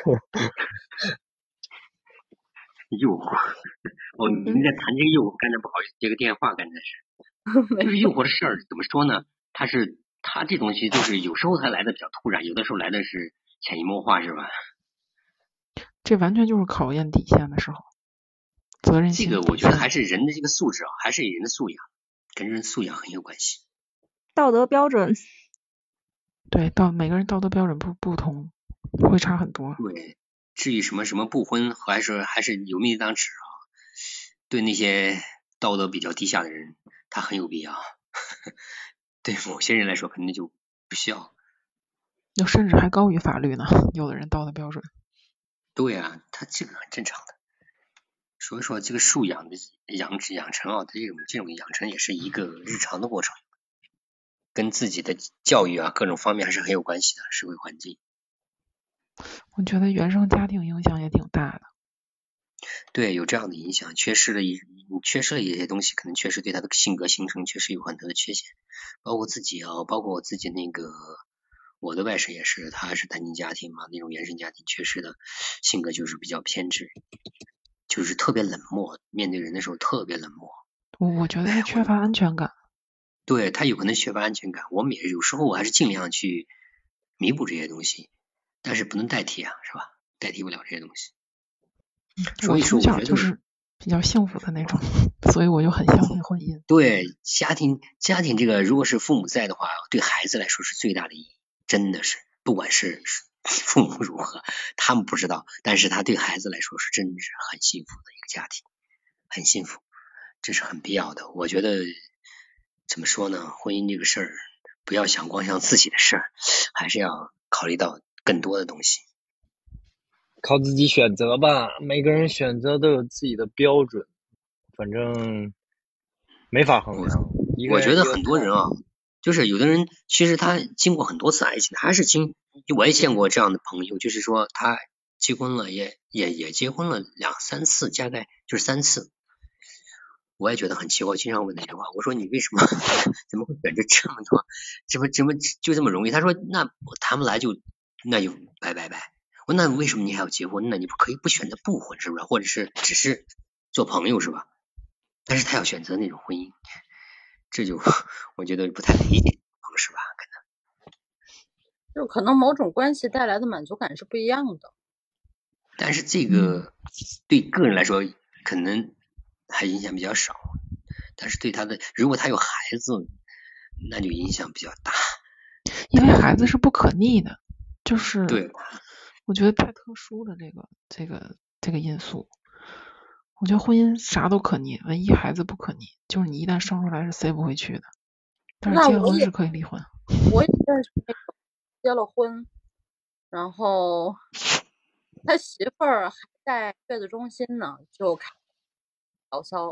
诱惑，哦，你们在谈这个诱惑，刚才不好意思，接个电话，刚才是，就是诱惑的事儿，怎么说呢？它是它这东西就是有时候它来的比较突然，有的时候来的是潜移默化，是吧？ 这完全就是考验底线的时候，责任心。 这个我觉得还是人的这个素质啊，还是人的素养，跟人素养很有关系。 道德标准， 对，道每个人道德标准不不同，会差很多。 对，至于什么什么不婚，还是还是有命当尺啊，对那些道德比较低下的人，他很有必要。对某些人来说，可能就不需要。 就甚至还高于法律呢，有的人道德标准。 对啊，他这个很正常的。所以说，这个素养的养养成啊，这种这种养成也是一个日常的过程，跟自己的教育啊各种方面还是很有关系的，社会环境。 我觉得原生家庭影响也挺大的。 对，有这样的影响，缺失了一缺失了一些东西，可能确实对他的性格形成确实有很多的缺陷，包括自己啊，包括我自己那个我的外甥也是，他是单亲家庭嘛，那种原生家庭缺失的性格就是比较偏执，就是特别冷漠，面对人的时候特别冷漠。 我我觉得他缺乏安全感。 对，他有可能缺乏安全感，我们也有时候我还是尽量去弥补这些东西，但是不能代替啊，是吧？代替不了这些东西。所以说我从小就是比较幸福的那种，所以我就很相信婚姻。 对，家庭家庭这个，如果是父母在的话，对孩子来说是最大的意义，真的是，不管是父母如何，他们不知道，但是他对孩子来说是真是很幸福的一个家庭，很幸福，这是很必要的。我觉得怎么说呢，婚姻这个事儿，不要想光想自己的事儿，还是要考虑到更多的东西。 靠自己选择吧，每个人选择都有自己的标准，反正没法衡量。 我觉得很多人啊，就是有的人其实他经过很多次爱情，还是经我也见过这样的朋友，就是说他结婚了也也也结婚了两三次，大概就是三次。我也觉得很奇怪，经常问那句话，我说你为什么怎么会选择这么多，怎么怎么就这么容易？他说那谈不来就那就拜拜拜。我那为什么你还要结婚？那你不可以不选择不婚是不是？或者是只是做朋友是吧？但是他要选择那种婚姻，这就我觉得不太理解方式吧，可能就可能某种关系带来的满足感是不一样的。 但是这个对个人来说可能还影响比较少，但是对他的，如果他有孩子，那就影响比较大。 因为孩子是不可逆的，就是对， 我觉得太特殊了这个这个这个因素。我觉得婚姻啥都可逆，唯一孩子不可逆，就是你一旦生出来是塞不回去的。但是结婚是可以离婚。 我也认识那种结了婚，然后他媳妇儿还在月子中心呢，就开牢骚。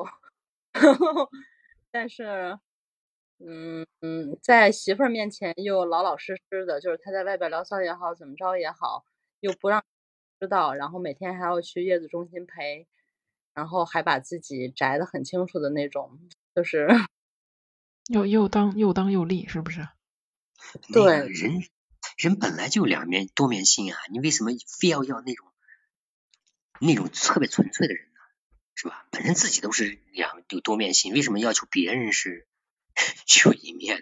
但是，嗯嗯，在媳妇儿面前又老老实实的，就是他在外边聊骚也好，怎么着也好，又不让知道，然后每天还要去月子中心陪，然后还把自己摘得很清楚的那种，就是又又当又当又立，是不是？ 对，那个人人本来就两面多面性啊，你为什么非要要那种那种特别纯粹的人呢？是吧？本身自己都是两有多面性，为什么要求别人是只有一面呢？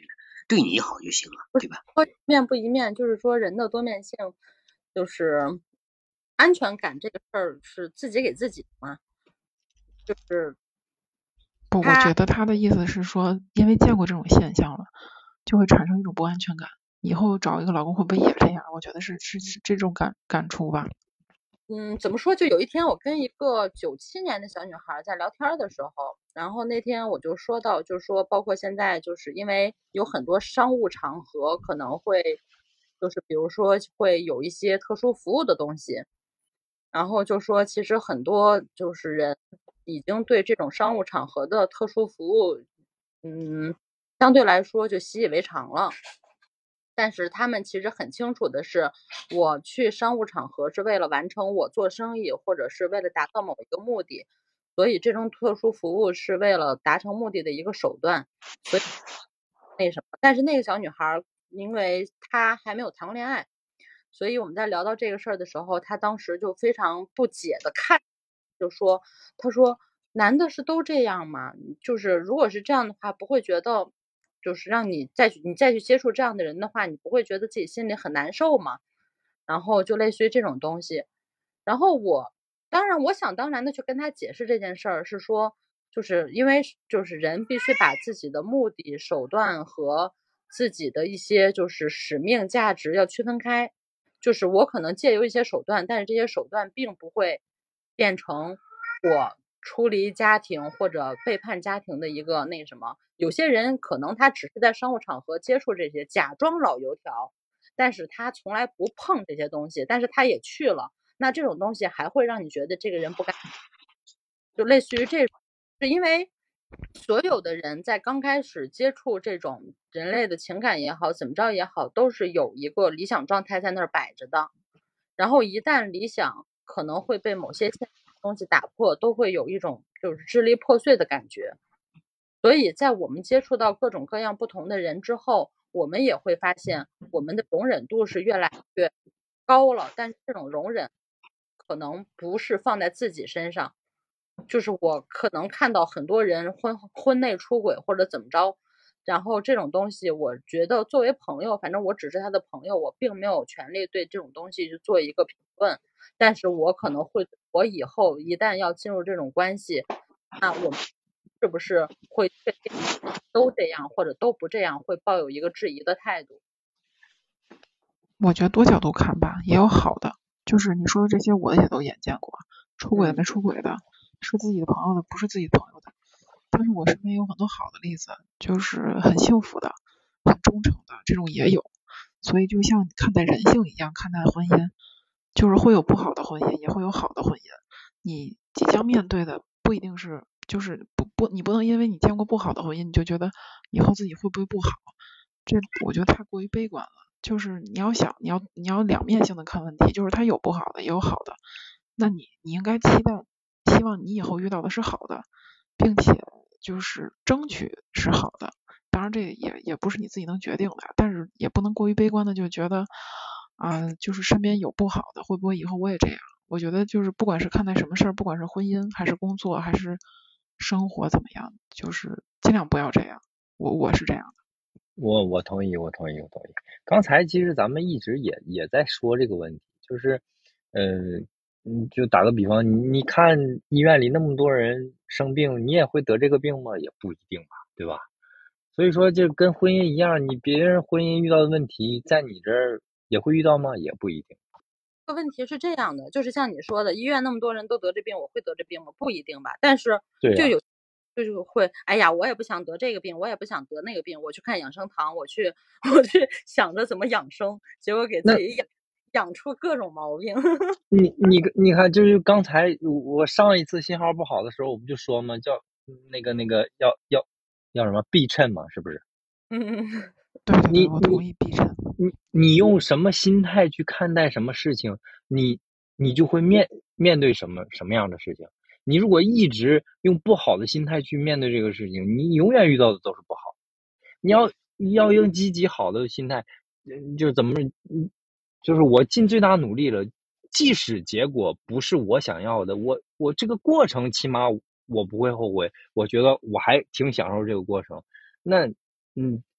对你好就行了，对吧？ 说一面不一面，就是说人的多面性，就是安全感这个事儿是自己给自己嘛，就是不，我觉得他的意思是说，因为见过这种现象了，就会产生一种不安全感。以后找一个老公会不会也这样？我觉得是是是这种感感触吧。 嗯，怎么说？就有一天我跟一个九七年的小女孩在聊天的时候，然后那天我就说到，就是说，包括现在，就是因为有很多商务场合可能会，就是比如说会有一些特殊服务的东西，然后就说其实很多就是人已经对这种商务场合的特殊服务，嗯，相对来说就习以为常了。但是他们其实很清楚的是，我去商务场合是为了完成我做生意，或者是为了达到某一个目的，所以这种特殊服务是为了达成目的的一个手段。所以那什么，但是那个小女孩，因为她还没有谈过恋爱，所以我们在聊到这个事儿的时候，她当时就非常不解的看，就说，她说，男的是都这样吗？就是如果是这样的话，不会觉得。就是让你再去你再去接触这样的人的话，你不会觉得自己心里很难受吗？然后就类似于这种东西。然后我当然我想当然的去跟他解释这件事儿，是说就是因为就是人必须把自己的目的、手段和自己的一些就是使命、价值要区分开。就是我可能借由一些手段，但是这些手段并不会变成我出离家庭或者背叛家庭的一个那什么。有些人可能他只是在商务场合接触这些，假装老油条，但是他从来不碰这些东西，但是他也去了，那这种东西还会让你觉得这个人不该，就类似于这种，是因为所有的人在刚开始接触这种人类的情感也好，怎么着也好，都是有一个理想状态在那儿摆着的，然后一旦理想可能会被某些东西打破，都会有一种就是支离破碎的感觉。所以在我们接触到各种各样不同的人之后，我们也会发现我们的容忍度是越来越高了，但是这种容忍可能不是放在自己身上，就是我可能看到很多人婚婚内出轨或者怎么着，然后这种东西我觉得作为朋友，反正我只是他的朋友，我并没有权利对这种东西去做一个评论，但是我可能会我以后一旦要进入这种关系，那我们是不是会对都这样或者都不这样，会抱有一个质疑的态度？ 我觉得多角度看吧，也有好的，就是你说的这些我也都眼见过，出轨的没出轨的，是自己的朋友的不是自己的朋友的，但是我身边有很多好的例子，就是很幸福的、很忠诚的，这种也有。所以就像看待人性一样看待婚姻，就是会有不好的婚姻，也会有好的婚姻。你即将面对的不一定是，就是不不，你不能因为你见过不好的婚姻，你就觉得以后自己会不会不好，这我觉得太过于悲观了。就是你要想，你要你要两面性的看问题，就是它有不好的，也有好的。那你你应该期待，希望你以后遇到的是好的，并且就是争取是好的。当然这也也不是你自己能决定的，但是也不能过于悲观的就觉得啊、呃，就是身边有不好的，会不会以后我也这样？我觉得就是不管是看待什么事儿，不管是婚姻还是工作还是生活怎么样，就是尽量不要这样。我我是这样的。 我我同意，我同意，我同意。刚才其实咱们一直也也在说这个问题，就是，呃，嗯，就打个比方，你你看医院里那么多人生病，你也会得这个病吗？也不一定吧，对吧？所以说，就跟婚姻一样，你别人婚姻遇到的问题，在你这儿也会遇到吗？也不一定。 这个问题是这样的，就是像你说的，医院那么多人都得这病，我会得这病吗？不一定吧。但是就有就是会，哎呀，我也不想得这个病，我也不想得那个病，我去看养生堂，我去我去想着怎么养生，结果给自己养养出各种毛病。 你你你看，就是刚才我上一次信号不好的时候，我不就说嘛，叫那个那个要要要什么避衬嘛，是不是？ 嗯， 对对对， 我同意避衬。 你你用什么心态去看待什么事情，你你就会面面对什么什么样的事情。你如果一直用不好的心态去面对这个事情，你永远遇到的都是不好。你要要用积极好的心态，就怎么，就是我尽最大努力了，即使结果不是我想要的，我我这个过程起码我不会后悔，我觉得我还挺享受这个过程。那嗯，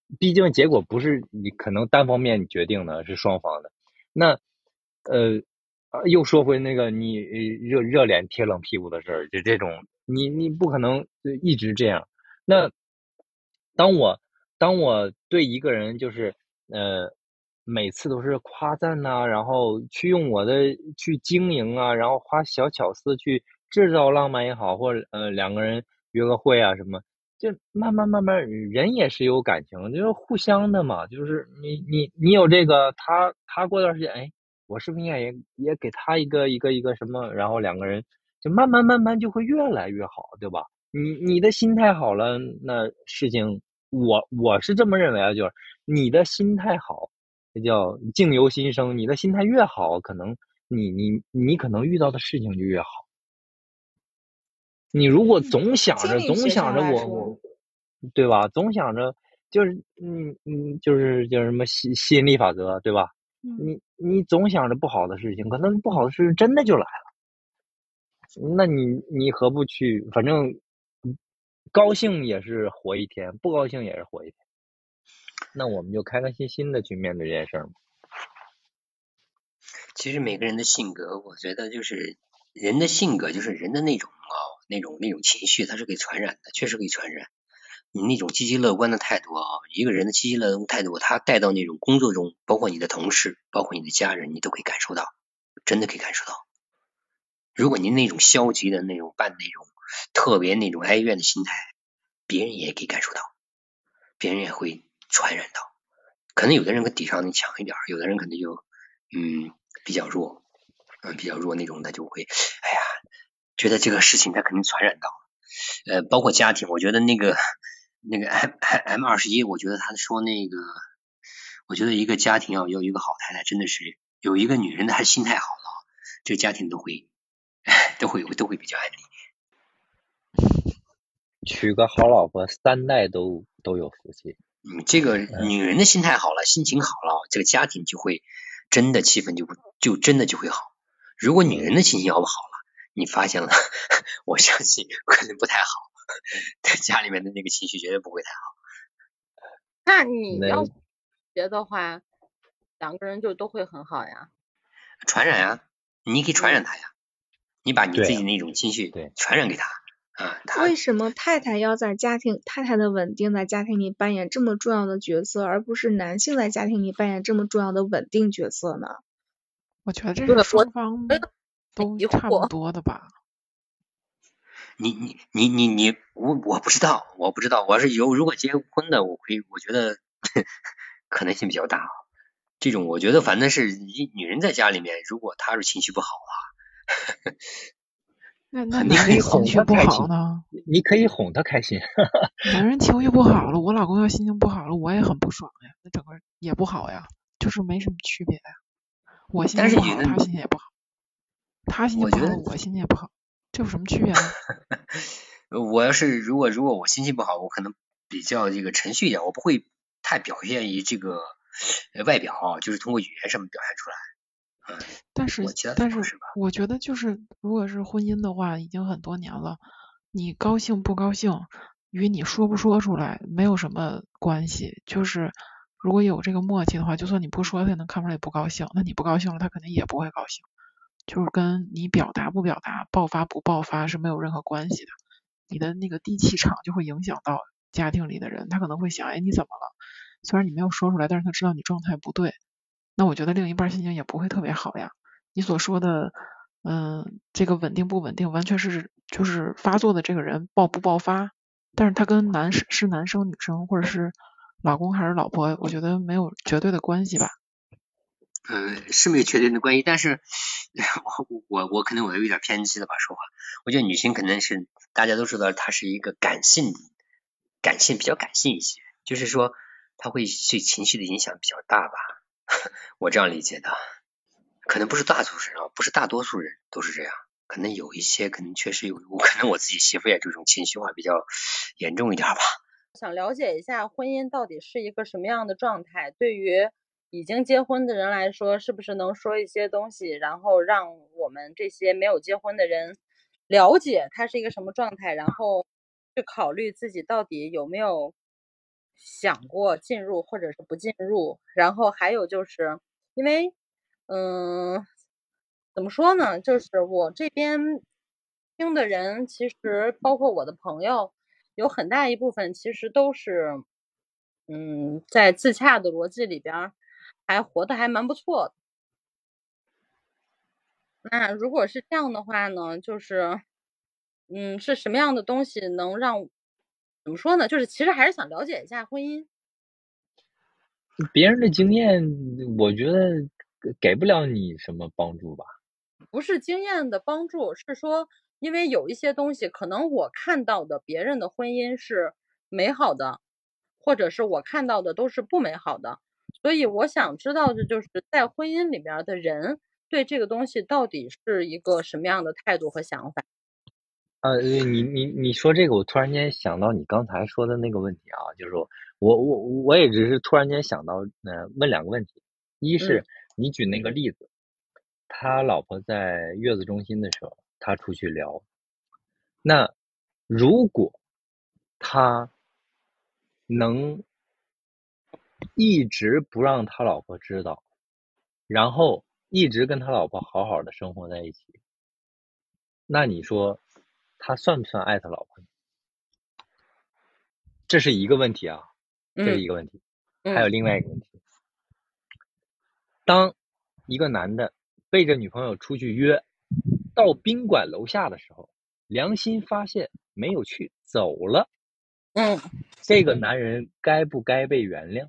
毕竟结果不是你可能单方面决定的，是双方的。那呃，呃又说回那个你呃热热脸贴冷屁股的事儿，就这种你你不可能呃一直这样。那当我当我对一个人就是呃每次都是夸赞呐、然后去用我的去经营啊，然后花小巧思去制造浪漫也好，或者呃两个人约个会啊什么，就慢慢慢慢人也是有感情，就是互相的嘛，就是你你你有这个，他他过段时间，哎，我是不是应该也也给他一个一个一个什么，然后两个人就慢慢慢慢就会越来越好，对吧？你你的心态好了，那事情我我是这么认为啊，就是你的心态好，这叫境由心生。你的心态越好，可能你你你可能遇到的事情就越好。你如果总想着经济学总想着上来说， 我我，对吧？总想着就是嗯嗯，就是叫什么吸吸引力法则，对吧？ 嗯， 你你总想着不好的事情，可能不好的事情真的就来了。那你你何不去？反正嗯高兴也是活一天，不高兴也是活一天。那我们就开开心心的去面对这件事儿嘛。 其实每个人的性格，我觉得就是人的性格，就是人的那种啊、那种那种情绪，它是可以传染的，确实可以传染。你那种积极乐观的态度啊，一个人的积极乐观态度，他带到那种工作中，包括你的同事，包括你的家人，你都可以感受到，真的可以感受到。如果您那种消极的那种办那种特别那种哀怨的心态，别人也可以感受到，别人也会传染到。可能有的人跟抵抗力强一点，有的人可能就嗯比较弱，嗯比较弱那种的就会，哎呀，觉得这个事情他肯定传染到，呃，包括家庭，我觉得那个那个 M M 二十一，我觉得他说那个，我觉得一个家庭要有一个好太太，真的是有一个女人，她心态好了，这个家庭都会都会都会比较安宁。 娶个好老婆，三代都都有福气。 嗯，这个女人的心态好了，心情好了，这个家庭就会真的气氛就就真的就会好。如果女人的心情要不好了，你发现了，我相信可能不太好，家里面的那个情绪绝对不会太好。 那你那要学的话，两个人就都会很好呀。 传染啊，你可以传染他呀，你把你自己那种情绪对传染给他啊。他为什么太太要在家庭太太的稳定在家庭里扮演这么重要的角色，而不是男性在家庭里扮演这么重要的稳定角色呢？ 我觉得这对， 是我双方都疑差不惑。 多的吧。 你你你你你我我不知道，我不知道，我是有如果结婚的，我可以，我觉得可能性比较大。这种我觉得反正是一女人在家里面，如果她是情绪不好啊， 那那你男人可以哄情绪不他开心， 好呢？ 你可以哄他开心。 男人情绪不好了，我老公要心情不好了，我也很不爽呀，那整个也不好呀，就是没什么区别呀。我心但是情不好， 女人， 他心情也不好；他心情不好， 我觉得我心情也不好，这有什么区别呢？ 我要是如果如果我心情不好，我可能比较这个程序一点，我不会太表现于这个外表啊，就是通过语言上面表现出来。嗯， 但是我其他的但是方式吧。 我觉得就是如果是婚姻的话，已经很多年了，你高兴不高兴与你说不说出来没有什么关系。就是如果有这个默契的话，就算你不说，他也能看出来你不高兴。那你不高兴了，他肯定也不会高兴。就是跟你表达不表达、爆发不爆发是没有任何关系的。你的那个地气场就会影响到家庭里的人，他可能会想，哎，你怎么了？虽然你没有说出来，但是他知道你状态不对。那我觉得另一半心情也不会特别好呀。你所说的，嗯，这个稳定不稳定，完全是就是发作的这个人爆不爆发，但是他跟男是是男生女生或者是老公还是老婆，我觉得没有绝对的关系吧。 呃，是没有绝对的关系，但是我我我可能我有一点偏激了吧说话。我觉得女性可能是大家都知道，她是一个感性，感性比较感性一些，就是说她会对情绪的影响比较大吧，我这样理解的。可能不是大多数人啊，不是大多数人都是这样，可能有一些可能确实有，可能我自己媳妇也这种情绪化比较严重一点吧。 想了解一下婚姻到底是一个什么样的状态，对于已经结婚的人来说，是不是能说一些东西，然后让我们这些没有结婚的人了解它是一个什么状态，然后去考虑自己到底有没有想过进入或者是不进入。然后还有就是因为嗯，怎么说呢，就是我这边听的人，其实包括我的朋友，有很大一部分其实都是嗯，在自洽的逻辑里边还活得还蛮不错的。那如果是这样的话呢，就是嗯，是什么样的东西能让怎么说呢，就是其实还是想了解一下婚姻。 别人的经验我觉得给不了你什么帮助吧。 不是经验的帮助，是说因为有一些东西可能我看到的别人的婚姻是美好的，或者是我看到的都是不美好的，所以我想知道的就是在婚姻里边的人对这个东西到底是一个什么样的态度和想法。 呃，你你你说这个，我突然间想到你刚才说的那个问题啊，就是说我我我也只是突然间想到，呃，问两个问题，一是嗯你举那个例子，他老婆在月子中心的时候，他出去聊，那如果他能一直不让他老婆知道，然后一直跟他老婆好好的生活在一起，那你说他算不算爱他老婆？这是一个问题啊，这是嗯一个问题。 嗯还有另外一个问题，当一个男的背着女朋友出去约，到宾馆楼下的时候，良心发现没有去，走了， 嗯， 这个男人该不该被原谅？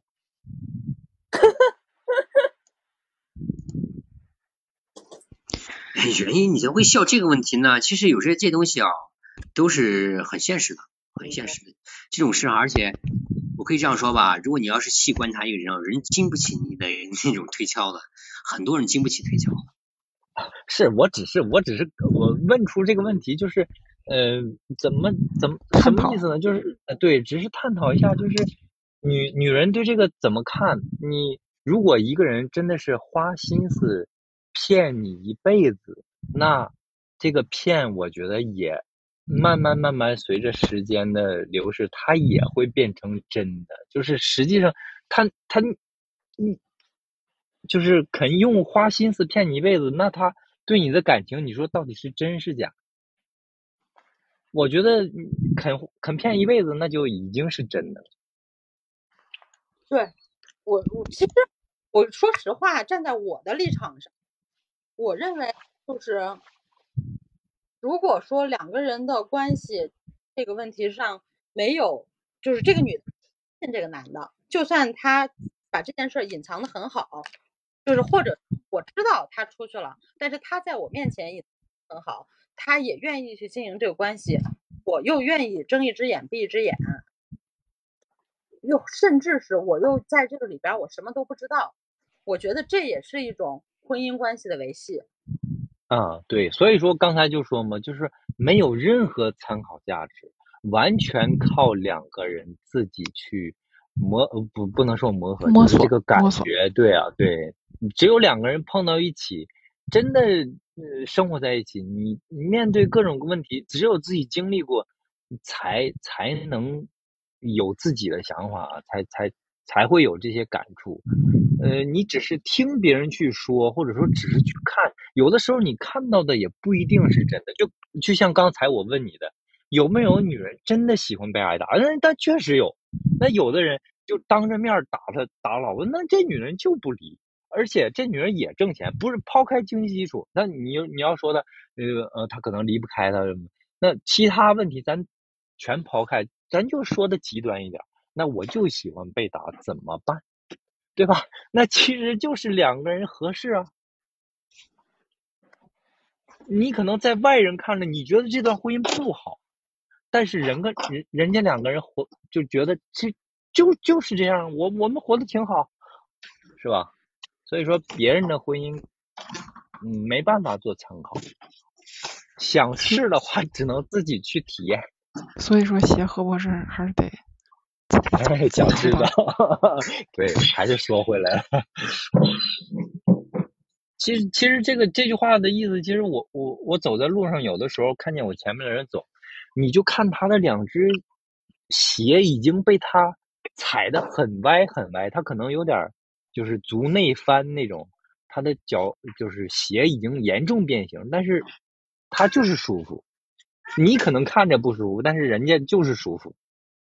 原因你才会笑这个问题呢？其实有些这东西啊，都是很现实的，很现实的这种事啊。而且我可以这样说吧，如果你要是细观察一个人啊，人经不起你的那种推敲的，很多人经不起推敲。 是我只是我只是我问出这个问题，就是呃，怎么怎么什么意思呢？就是呃，对，只是探讨一下，就是女女人对这个怎么看？你如果一个人真的是花心思骗你一辈子，那这个骗，我觉得也慢慢慢慢随着时间的流逝，它也会变成真的。就是实际上，他他嗯。就是肯用花心思骗你一辈子，那他对你的感情，你说到底是真是假？我觉得肯肯骗一辈子，那就已经是真的了。 对，我我其实我说实话，站在我的立场上，我认为就是如果说两个人的关系这个问题上没有，就是这个女的信这个男的，就算他把这件事隐藏的很好，就是或者我知道他出去了，但是他在我面前也很好，他也愿意去经营这个关系，我又愿意睁一只眼闭一只眼，又甚至是我又在这个里边我什么都不知道，我觉得这也是一种婚姻关系的维系。 啊，对，所以说刚才就说嘛，就是没有任何参考价值，完全靠两个人自己去磨，呃不不能说磨合， 摸索就是这个感摸索觉，对啊，对，只有两个人碰到一起，真的呃生活在一起，你你面对各种问题，只有自己经历过，才才能有自己的想法，才才才会有这些感触。呃，你只是听别人去说，或者说只是去看，有的时候你看到的也不一定是真的。就就像刚才我问你的，有没有女人真的喜欢被挨打？那但确实有。那有的人就当着面打他打老婆，那这女人就不离，而且这女人也挣钱，不是抛开经济基础。那你你要说的，呃呃，她可能离不开他，那其他问题咱全抛开，咱就说的极端一点。那我就喜欢被打，怎么办？对吧？那其实就是两个人合适啊。你可能在外人看着，你觉得这段婚姻不好，但是人跟人人家两个人活就觉得这就就是这样，我我们活得挺好，是吧？所以说别人的婚姻，嗯，没办法做参考。想试的话，只能自己去体验。 所以说，写何博士还是得哎，想知道，对，还是说回来了。其实，其实这个这句话的意思，其实我我我走在路上，有的时候看见我前面的人走，你就看他的两只鞋已经被他踩得很歪很歪，他可能有点就是足内翻那种，他的脚就是鞋已经严重变形，但是他就是舒服。你可能看着不舒服，但是人家就是舒服。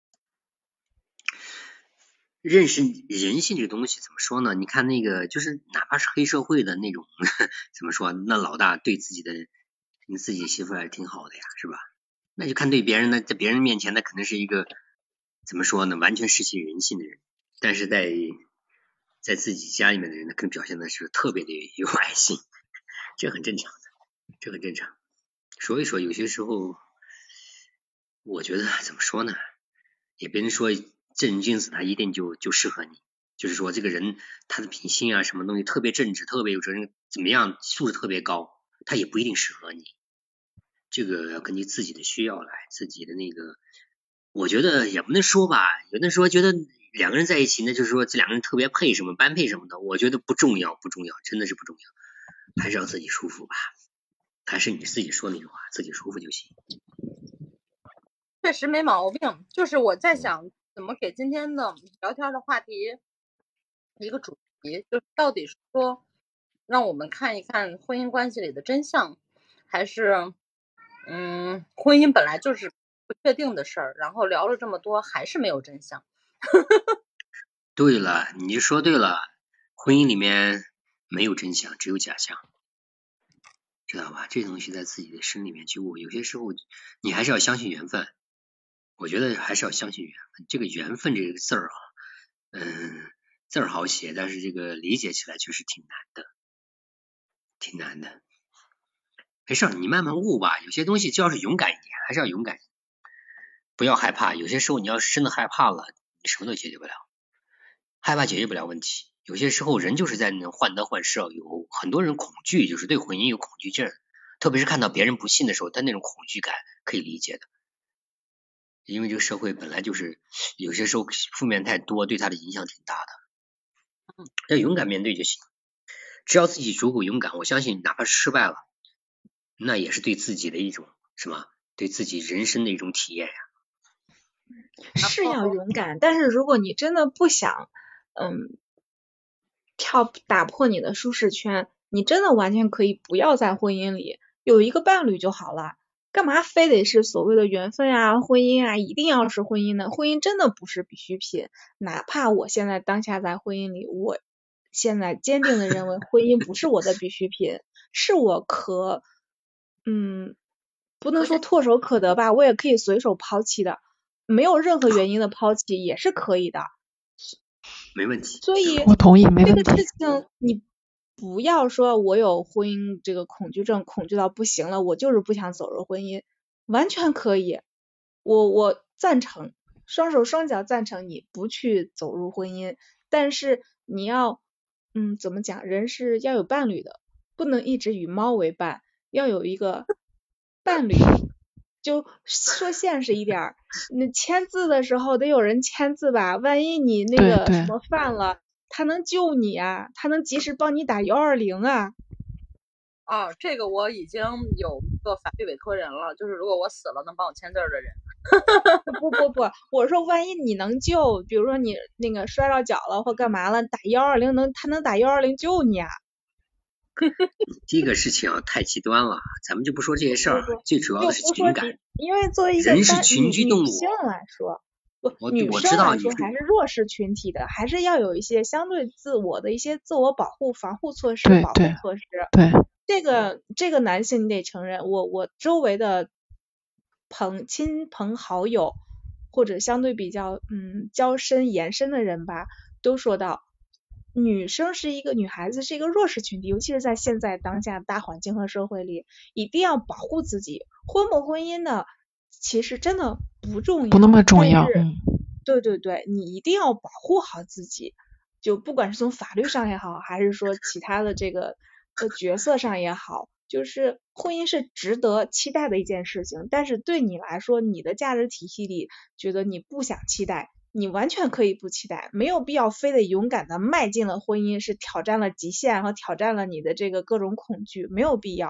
认识人性这个东西怎么说呢？你看那个，就是哪怕是黑社会的那种，怎么说？那老大对自己的、你自己媳妇还是挺好的呀，是吧？那就看对别人呢，在别人面前，那可能是一个怎么说呢？完全失去人性的人，但是在在自己家里面的人呢，更表现的是特别的有爱心，这很正常的，这很正常。所以说，有些时候，我觉得怎么说呢？也别人说正人君子他一定就就适合你，就是说这个人他的品性啊，什么东西特别正直，特别有责任，怎么样，素质特别高，他也不一定适合你。这个要根据自己的需要来，自己的那个，我觉得也不能说吧，有的时候觉得两个人在一起呢，就是说这两个人特别配什么般配什么的，我觉得不重要，不重要，真的是不重要，还是让自己舒服吧。还是你自己说那句话，自己舒服就行。 确实没毛病，就是我在想怎么给今天的聊天的话题一个主题，就是到底说让我们看一看婚姻关系里的真相，还是嗯，婚姻本来就是不确定的事儿，然后聊了这么多还是没有真相。 对了，你就说对了，婚姻里面没有真相，只有假象。知道吧？这东西在自己的心里面去悟，有些时候你还是要相信缘分。我觉得还是要相信缘分。这个缘分这个字儿啊，嗯，字儿好写，但是这个理解起来确实挺难的，挺难的。没事，你慢慢悟吧。有些东西就要是勇敢一点，还是要勇敢，不要害怕。有些时候你要是真的害怕了，你什么都解决不了，害怕解决不了问题。有些时候人就是在那患得患失，有很多人恐惧，就是对婚姻有恐惧症，特别是看到别人不幸的时候，他那种恐惧感可以理解的。因为这个社会本来就是有些时候负面太多，对他的影响挺大的。要勇敢面对就行，只要自己足够勇敢，我相信哪怕是失败了，那也是对自己的一种什么，对自己人生的一种体验呀。 是要勇敢，但是如果你真的不想，嗯，跳打破你的舒适圈，你真的完全可以不要在婚姻里，有一个伴侣就好了。干嘛非得是所谓的缘分啊、婚姻啊，一定要是婚姻呢？婚姻真的不是必需品。哪怕我现在当下在婚姻里，我现在坚定的认为婚姻不是我的必需品，是我可，嗯，不能说唾手可得吧，我也可以随手抛弃的，没有任何原因的抛弃也是可以的。 没问题。 所以我同意，没问题。 这个事情你不要说我有婚姻这个恐惧症，恐惧到不行了，我就是不想走入婚姻，完全可以。我我赞成，双手双脚赞成你不去走入婚姻，但是你要嗯怎么讲，人是要有伴侣的，不能一直与猫为伴，要有一个伴侣。就说现实一点，那签字的时候得有人签字吧，万一你那个什么犯了，他能救你啊，他能及时帮你打幺二零啊。 哦，这个我已经有一个法律委托人了，就是如果我死了能帮我签字的人。 不不不，我说万一你能救，比如说你那个摔到脚了或干嘛了，打幺二零能他能打幺二零救你啊。 这个事情啊太极端了，咱们就不说这些事儿，最主要的是情感。 因为作为一个人是群居动物， 女性来说，不，女我生来说还是弱势群体的，还是要有一些相对自我的一些自我保护、防护措施、保护措施。 对， 这个这个男性你得承认，我我周围的朋亲朋好友或者相对比较嗯较深延伸的人吧，都说到。女生是一个女孩子是一个弱势群体，尤其是在现在当下大环境和社会里，一定要保护自己。婚不婚姻呢，其实真的不重要， 不那么重要。嗯， 对对对，你一定要保护好自己。就不管是从法律上也好，还是说其他的这个的角色上也好，就是婚姻是值得期待的一件事情。但是对你来说，你的价值体系里觉得你不想期待。你完全可以不期待，没有必要非得勇敢的迈进了婚姻，是挑战了极限和挑战了你的这个各种恐惧，没有必要。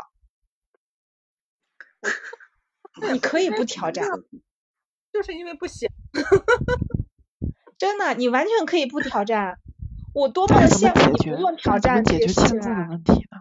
你可以不挑战， 就是因为不行。 这真的，你完全可以不挑战。我多么的羡慕你不用挑战这些事情啊！ 问题呢？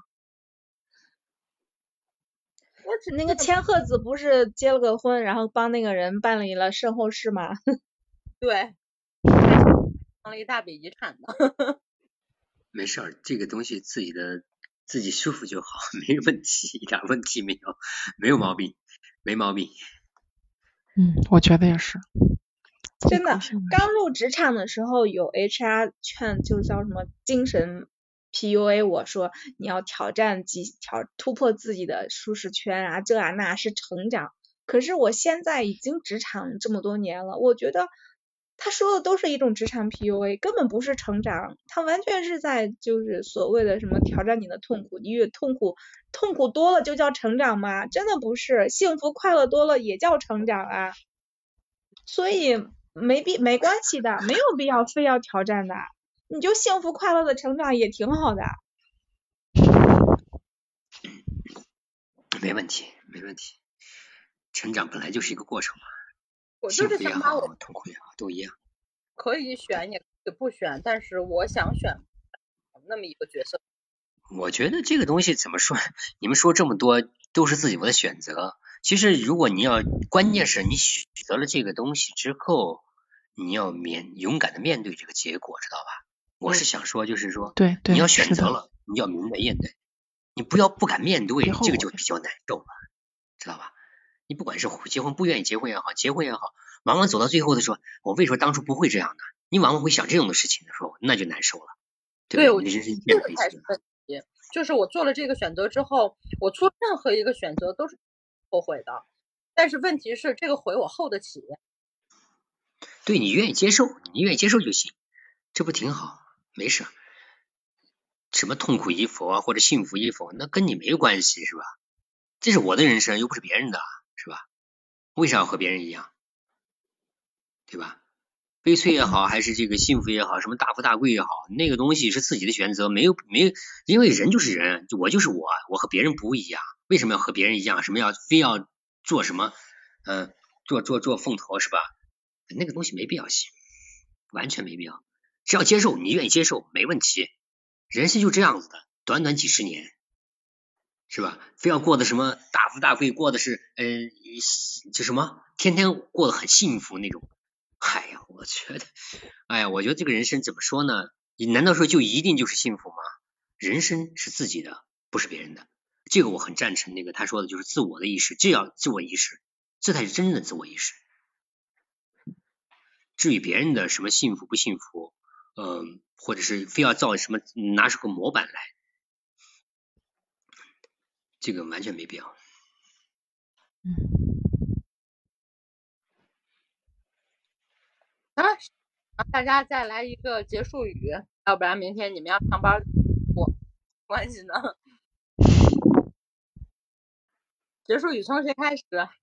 那个千鹤子不是结了个婚，然后帮那个人办理了身后事吗？ 对，成了一大笔遗产的。 没事儿，这个东西自己的自己舒服就好，没问题，一点问题没有，没有毛病，没毛病。 嗯，我觉得也是。 真的，刚入职场的时候有 H R 劝，就叫什么精神 P U A， 我说你要挑战几挑突破自己的舒适圈啊，这啊那是成长。可是我现在已经职场这么多年了，我觉得他说的都是一种职场 P U A， 根本不是成长，他完全是在就是所谓的什么挑战你的痛苦，你越痛苦痛苦多了就叫成长吗？真的不是，幸福快乐多了也叫成长啊。所以没必没关系的，没有必要非要挑战的，你就幸福快乐的成长也挺好的。 没问题，没问题。成长本来就是一个过程嘛， 我就是想把我痛苦也好都一样。 可以选也可以不选，但是我想选那么一个角色。 我觉得这个东西怎么说，你们说这么多都是自己的选择。其实如果你要，关键是你选择了这个东西之后，你要面勇敢的面对这个结果，知道吧？我是想说，就是说， 对对， 你要选择了，你要明白面对，你不要不敢面对，这个就比较难受了，知道吧？你不管是结婚不愿意结婚也好，结婚也好，往往走到最后的时候，我为什么当初不会这样呢？你往往会想这种的事情的时候，那就难受了，对不对？ 对，这个才是问题。就是我做了这个选择之后，我做任何一个选择都是后悔的，但是问题是这个悔我后得起。 对，你愿意接受，你愿意接受就行，这不挺好？没事，什么痛苦与否啊，或者幸福与否，那跟你没有关系，是吧？这是我的人生，又不是别人的，是吧？为啥要和别人一样？对吧？悲催也好，还是这个幸福也好，什么大富大贵也好，那个东西是自己的选择，没有没有，因为人就是人，我就是我，我和别人不一样，为什么要和别人一样？什么要非要做什么？嗯、呃，做做做凤头是吧？那个东西没必要性，完全没必要。只要接受，你愿意接受，没问题。人生就这样子的，短短几十年，是吧？非要过的什么大富大贵，过的是呃，就什么天天过得很幸福那种。哎呀，我觉得，哎呀，我觉得这个人生怎么说呢？你难道说就一定就是幸福吗？人生是自己的，不是别人的。这个我很赞成那个他说的，就是自我的意识，这样自我意识，这才是真正的自我意识。至于别人的什么幸福不幸福，嗯、呃，或者是非要造什么拿出个模板来，这个完全没必要。 嗯。 啊，大家再来一个结束语，要不然明天你们要上班，我关系呢？结束语从谁开始？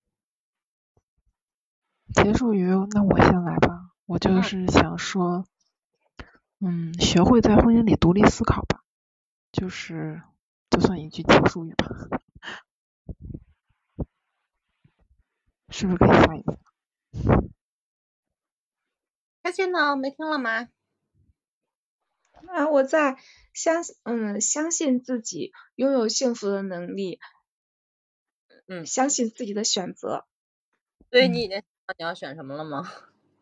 结束语，那我先来吧。我就是想说，嗯，学会在婚姻里独立思考吧，就是就算一句结束语吧，是不是可以下一个？ 开心呢？没听了吗？ 啊，我在相嗯相信自己拥有幸福的能力， 嗯， 相信自己的选择。 所以你已经想到你要选什么了吗？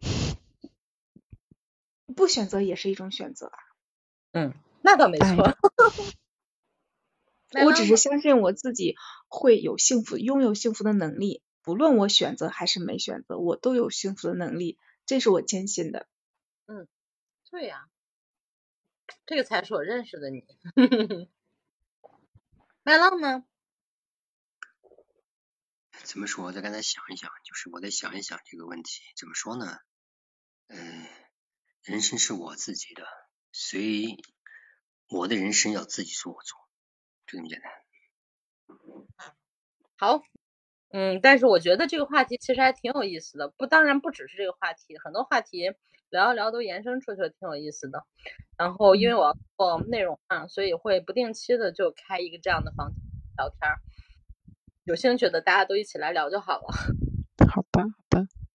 不选择也是一种选择啊。 嗯，那倒没错。 我只是相信我自己会有幸福，拥有幸福的能力，不论我选择还是没选择，我都有幸福的能力，这是我坚信的。 嗯，对呀、啊，这个才是我认识的你。麦浪呢？ 怎么说？我再刚才想一想，就是我再想一想这个问题，怎么说呢？嗯，人生是我自己的，所以我的人生要自己做做，就这么简单。 好，嗯，但是我觉得这个话题其实还挺有意思的，不，当然不只是这个话题，很多话题聊一聊都延伸出去了，挺有意思的。然后因为我要做内容嘛，所以会不定期的就开一个这样的房间聊天，有兴趣的大家都一起来聊就好了。 好的，好的。